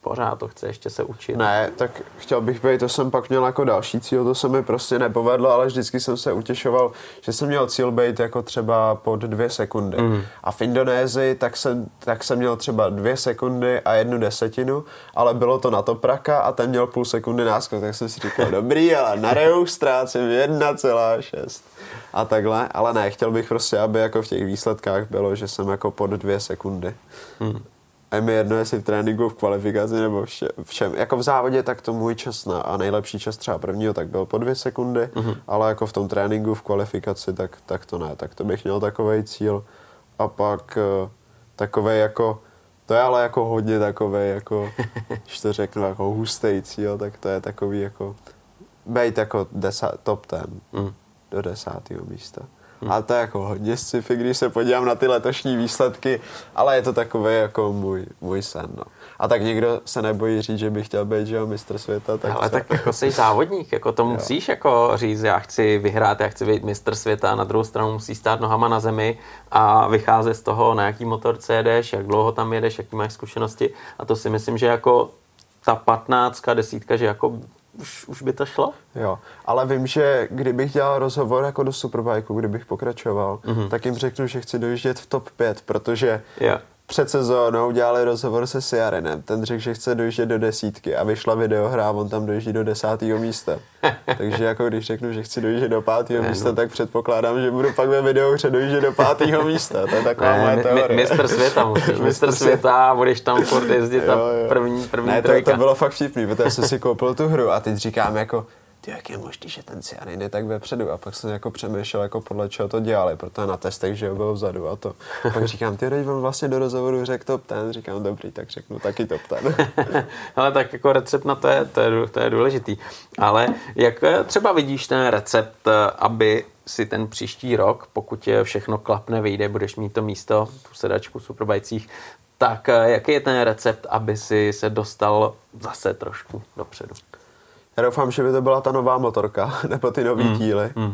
pořád to chce ještě se učit? Ne, tak chtěl bych být, to jsem pak měl jako další cíl, to se mi prostě nepovedlo, ale vždycky jsem se utěšoval, že jsem měl cíl být jako třeba pod dvě sekundy. Mm. A v Indonésii tak jsem, tak jsem měl třeba dvě sekundy a jednu desetinu, ale bylo to na Topraka a ten měl půl sekundy náskok, tak jsem si říkal, dobrý, ale na Reu ztrácím jedna celá šest. A takhle, ale ne, chtěl bych prostě, aby jako v těch výsledkách bylo, že jsem jako pod dvě sekundy. Mm. A je mi jedno, jestli v tréninku, v kvalifikaci nebo v čem. Jako v závodě, tak to můj čas na, a nejlepší čas třeba prvního, tak byl po dvě sekundy, mm-hmm. ale jako v tom tréninku, v kvalifikaci, tak, tak to ne. Tak to bych měl takovej cíl. A pak uh, takovej jako, to je ale jako hodně takovej, jako, když to řeknu, jako hustý cíl, tak to je takový jako, bejt jako desa, top ten mm. do desátého místa. Hmm. A to je jako hodně sci-fi, když se podívám na ty letošní výsledky, ale je to takový jako můj, můj sen. No. A tak někdo se nebojí říct, že by chtěl být, že jo, mistr světa. Tak ale co? Tak jako jsi závodník, jako to musíš jako říct, já chci vyhrát, já chci být mistr světa, a na druhou stranu musíš stát nohama na zemi a vycházet z toho, na jaký motorce jedeš, jak dlouho tam jedeš, jaký máš zkušenosti. A to si myslím, že jako ta patnáctka, desítka, že jako Už, už by to šlo? Jo, ale vím, že kdybych dělal rozhovor jako do Superbikeu, kdybych pokračoval, mm-hmm. tak jim řeknu, že chci dojíždět v top pět, protože yeah. před sezónou dělali rozhovor se Siarinem. Ten řekl, že chce dojíždět do desítky a vyšla videohra a on tam dojíždí do desátého místa. Takže jako když řeknu, že chci dojíždět do pátého místa, no. tak předpokládám, že budu pak ve videohře dojíždět do pátého místa. To je taková ne, moje teorie. Mistr světa musíš. Mistr světa a budeš tam furt jezdit a první, první ne, trojka. To, to bylo fakt vtipný, protože jsem si koupil tu hru a teď říkám jako, ty, jak je možný, že ten Siarin je tak vepředu. A pak jsem jako přemýšlel, jako podle čeho to dělali, protože na testech, že byl vzadu a to. A pak říkám, ty, teď vám vlastně do rozhovoru řekl top ten, říkám, dobrý, tak řeknu taky top ten. Ale tak jako recept na to je, to je, to je důležitý. Ale jak třeba vidíš ten recept, aby si ten příští rok, pokud všechno klapne, vyjde, budeš mít to místo, tu sedačku v Superbajcích, tak jaký je ten recept, aby si se dostal zase trošku dopředu? Já doufám, že by to byla ta nová motorka, nebo ty nový mm, díly. Mm.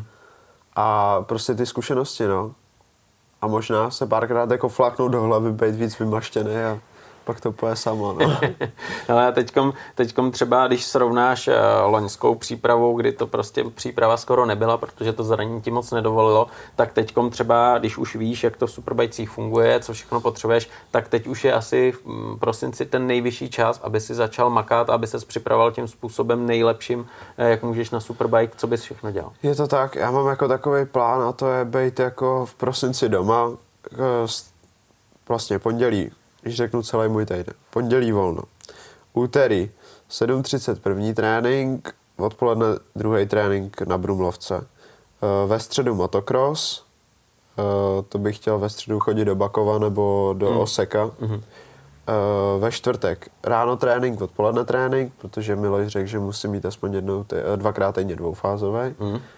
A prostě ty zkušenosti, no. A možná se párkrát jako fláknout do hlavy, být víc vymaštěný a pak to poje samo, no. Ale teďkom, teďkom třeba, když srovnáš uh, loňskou přípravou, kdy to prostě příprava skoro nebyla, protože to zranění ti moc nedovolilo, tak teďkom třeba, když už víš, jak to v Superbajcích funguje, co všechno potřebuješ, tak teď už je asi v prosinci ten nejvyšší čas, aby si začal makat, aby ses připravoval tím způsobem nejlepším, jak můžeš na Superbike, co bys všechno dělal. Je to tak, já mám jako takový plán a to je být jako v prosinci doma, vlastně pondělí, když řeknu celý můj týden. Pondělí volno. Úterý sedm třicet první trénink, odpoledne druhý trénink na Brumlovce. Ve středu motocross, to bych chtěl ve středu chodit do Bakova nebo do mm. Oseka. Mm-hmm. Ve čtvrtek ráno trénink, odpoledne trénink, protože Miloš řekl, že musí mít aspoň jednou, tý, dvakrát týdně dvoufázový. Mm. Uh,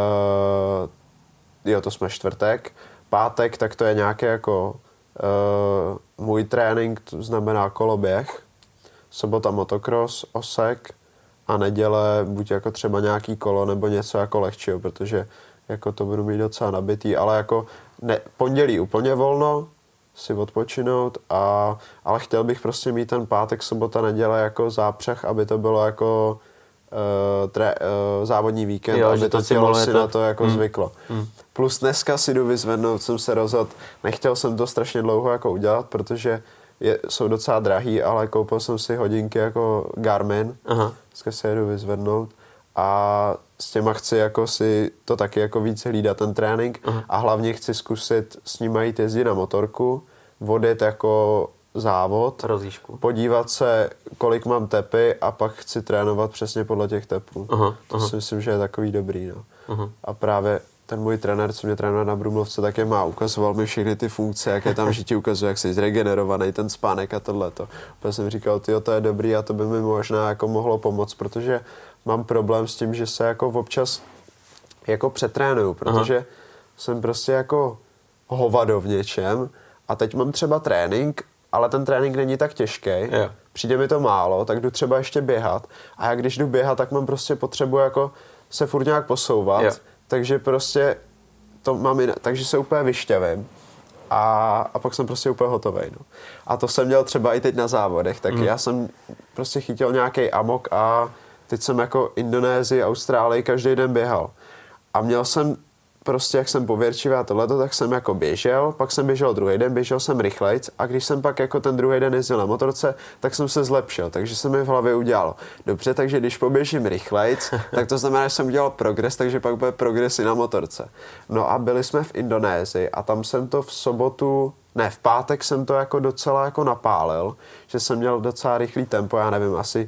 jo, to jsme čtvrtek. Pátek, tak to je nějaké jako Uh, můj trénink, to znamená koloběh, sobota motocross, Osek a neděle buď jako třeba nějaký kolo nebo něco jako lehčího, protože jako to budu mít docela nabitý, ale jako ne, pondělí úplně volno, si odpočinout, a, ale chtěl bych prostě mít ten pátek, sobota, neděle jako zápřeh, aby to bylo jako uh, tré, uh, závodní víkend, jo, aby to tělo si to... na to jako hmm. zvyklo. Hmm. Plus dneska si jdu vyzvednout, jsem se rozhodl, nechtěl jsem to strašně dlouho jako udělat, protože je, jsou docela drahý, ale koupil jsem si hodinky jako Garmin, aha. Dneska si jedu vyzvednout a s těma chci jako si to taky jako víc hlídat ten trénink, aha. A hlavně chci zkusit s nima jít jezdit na motorku, vodit jako závod, rozíšku. Podívat se, kolik mám tepy a pak chci trénovat přesně podle těch tepů. Aha, to aha. si myslím, že je takový dobrý. No. Aha. A právě ten můj trenér, co mě trénuje na Brumlovce, tak je má, ukazoval mi všechny ty funkce, jak je tam, že ti ukazuje, jak jsi zregenerovaný, ten spánek a tohleto. Protože jsem říkal, tyjo, to je dobrý a to by mi možná jako mohlo pomoct, protože mám problém s tím, že se jako občas jako přetrénuju, protože aha. jsem prostě jako hovado v něčem a teď mám třeba trénink, ale ten trénink není tak těžký, yeah. Přijde mi to málo, tak jdu třeba ještě běhat a já když jdu běhat, tak mám prostě potřebu jako se furt nějak posouvat, yeah. Takže prostě to mám jinak, takže se úplně vyšťavím a, a pak jsem prostě úplně hotovej. No. A to jsem měl třeba i teď na závodech, tak mm. já jsem prostě chytil nějaký amok a teď jsem jako Indonésii, Austrálii každý den běhal. A měl jsem prostě, jak jsem pověrčivý a tohleto, tak jsem jako běžel, pak jsem běžel druhý den, běžel jsem rychlejc a když jsem pak jako ten druhý den jezdil na motorce, tak jsem se zlepšil, takže se mi v hlavě udělalo. Dobře, takže když poběžím rychlejc, tak to znamená, že jsem udělal progres, takže pak bude progres i na motorce. No a byli jsme v Indonésii a tam jsem to v sobotu, ne, v pátek jsem to jako docela jako napálil, že jsem měl docela rychlý tempo, já nevím, asi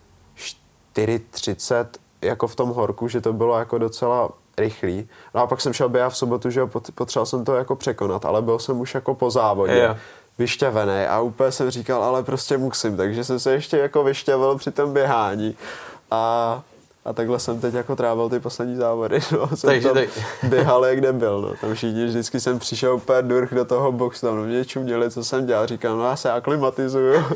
čtyři třicet jako v tom horku, že to bylo jako docela rychlý. No a pak jsem šel běhat v sobotu, že potřeboval jsem to jako překonat, ale byl jsem už jako po závodě. Yeah. Vyšťavený a úplně jsem říkal, ale prostě musím, takže jsem se ještě jako vyšťavil při tom běhání a, a takhle jsem teď jako trávil ty poslední závody. No. Jsem takže tam tak... běhal, jak nebyl. No. Tam všichni, vždycky jsem přišel úplně durch do toho boxu, tam mě čuměli, co jsem dělal. Říkám, no já se aklimatizuju.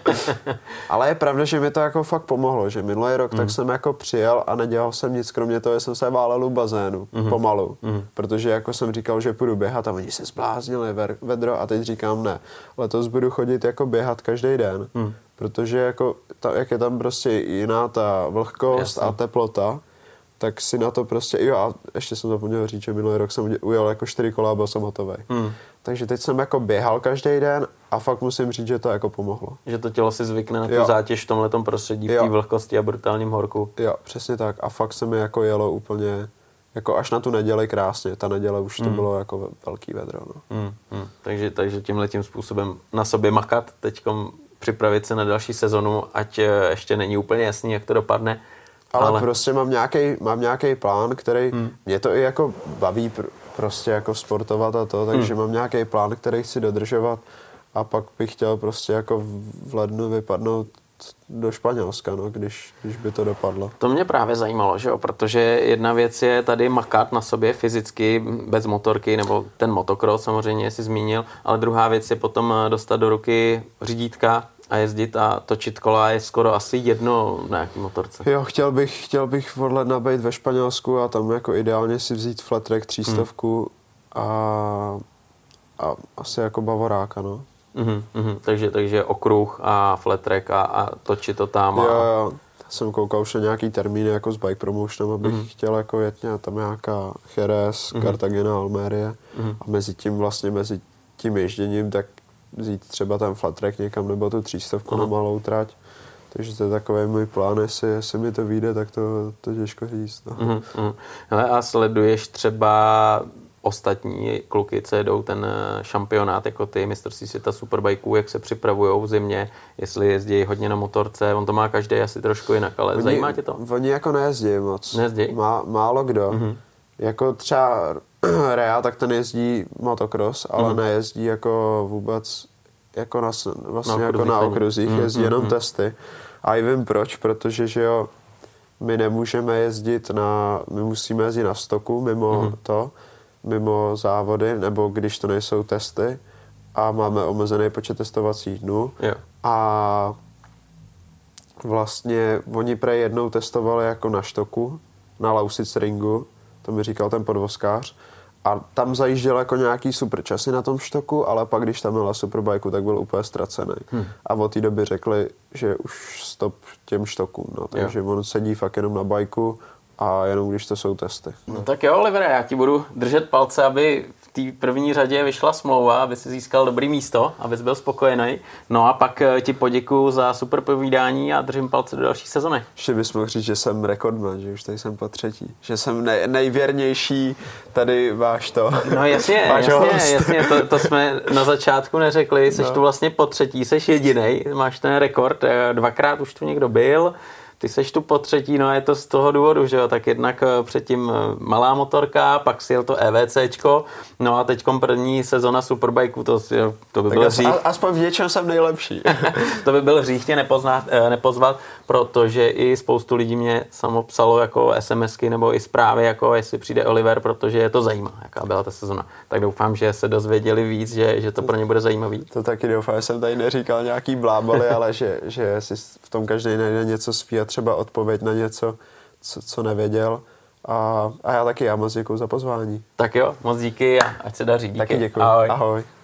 Ale je pravda, že mi to jako fakt pomohlo, že minulý rok mm. tak jsem jako přijel a nedělal jsem nic, kromě toho, že jsem se válel u bazénu, mm. pomalu. Mm. Protože jako jsem říkal, že půjdu běhat a oni se zbláznili vedro a teď říkám ne. Letos budu chodit jako běhat každý den. Mm. Protože jako, ta, jak je tam prostě jiná ta vlhkost Jasně. a teplota, tak si na to prostě, jo a ještě jsem zapomněl říct, že minulý rok jsem ujel jako čtyři kola a byl jsem hotovej. Hmm. Takže teď jsem jako běhal každý den a fakt musím říct, že to jako pomohlo. Že to tělo si zvykne na tu jo. zátěž v tomhletom prostředí, v té vlhkosti a brutálním horku. Jo, přesně tak a fakt se mi jako jelo úplně, jako až na tu neděli krásně, ta neděle už to hmm. bylo jako velký vedro. No. Hmm. Hmm. Takže, takže tímhletím způsobem na sobě makat teďkom připravit se na další sezonu, ať ještě není úplně jasný, jak to dopadne. Ale, ale... prostě mám nějaký mám nějaký plán, který hmm. mě to i jako baví pr- prostě jako sportovat a to, takže hmm. mám nějaký plán, který chci dodržovat a pak bych chtěl prostě jako v lednu vypadnout do Španělska, no, když, když by to dopadlo. To mě právě zajímalo, že jo, protože jedna věc je tady makat na sobě fyzicky bez motorky, nebo ten motocross samozřejmě si zmínil, ale druhá věc je potom dostat do ruky řídítka a jezdit a točit kola je skoro asi jedno na jaký motorce. Jo, chtěl bych, chtěl bych od ledna být ve Španělsku a tam jako ideálně si vzít flat track třístovku hmm. a, a asi jako bavoráka, no. Mm-hmm, mm-hmm. Takže, takže okruh a flat track a, a točit to tam. A... Jo, jo. Jsem koukal už na nějaký termíny jako s bike promotionem, abych mm-hmm. chtěl jako jet tam nějaká Jerez, mm-hmm. Cartagena, Almerie mm-hmm. a mezi tím vlastně, mezi tím ježděním, tak vzít třeba ten flat track někam nebo tu třístovku na malou trať. Takže to je takový můj plán, jestli, jestli mi to vyjde, tak to, to těžko říct. No. Mm-hmm. Hele, a sleduješ třeba ostatní kluky, co jedou ten šampionát jako ty, mistrovství světa superbajků, jak se připravujou v zimě, jestli jezdí hodně na motorce, on to má každý asi trošku jinak, ale oni, zajímá tě to? Oni jako nejezdí moc. Nejezdí? Má, málo kdo. Mm-hmm. Jako třeba Rea, tak ten jezdí motocross, ale mm-hmm. nejezdí jako vůbec jako na, vlastně na jako na okruzích, mm-hmm. jezdí jenom mm-hmm. testy. A i vím proč, protože že jo, my nemůžeme jezdit na, my musíme jezdit na stoku mimo mm-hmm. to, mimo závody, nebo když to nejsou testy a máme omezený počet testovacích dnů. Jo. A vlastně oni prej jednou testovali jako na štoku, na Lausitz ringu, to mi říkal ten podvozkář, a tam zajížděl jako nějaký super časy na tom štoku, ale pak, když tam měla superbajku, tak byl úplně ztracený. Hmm. A od té doby řekli, že už stop těm štokům, no, takže jo. on sedí fakt jenom na bajku a jenom když to jsou testy. No tak jo, Olivere, já ti budu držet palce, aby v té první řadě vyšla smlouva, aby si získal dobrý místo, abys byl spokojený. No a pak ti poděkuju za super povídání a držím palce do další sezony. Ještě bys mohl říct, že jsem rekordman, že už tady jsem po třetí. Že jsem nej, nejvěrnější tady váš to. No jasně, jasně, jasně, to, to jsme na začátku neřekli, seš no. tu vlastně po třetí, seš jedinej, máš ten rekord, dvakrát už tu někdo byl. Ty seš tu po třetí, no a je to z toho důvodu, že jo, tak jednak předtím malá motorka, pak si jel to EVCčko, no a teďkom první sezona Superbajku, to, to by byl hřích. Aspoň v něčem jsem nejlepší. To by byl hřích tě nepoznat, nepozvat, protože i spoustu lidí mě samo psalo jako SMSky nebo i zprávy, jako jestli přijde Oliver, protože je to zajímá, jaká byla ta sezona. Tak doufám, že se dozvěděli víc, že, že to pro ně bude zajímavý. To taky doufám, že jsem tady neříkal nějaký bláboli, ale že, že si v tom každý najde něco svý, třeba odpověď na něco, co, co nevěděl. A, a já taky, já moc děkuju za pozvání. Tak jo, moc díky a ať se daří. Díky. Taky děkuju. Ahoj. Ahoj.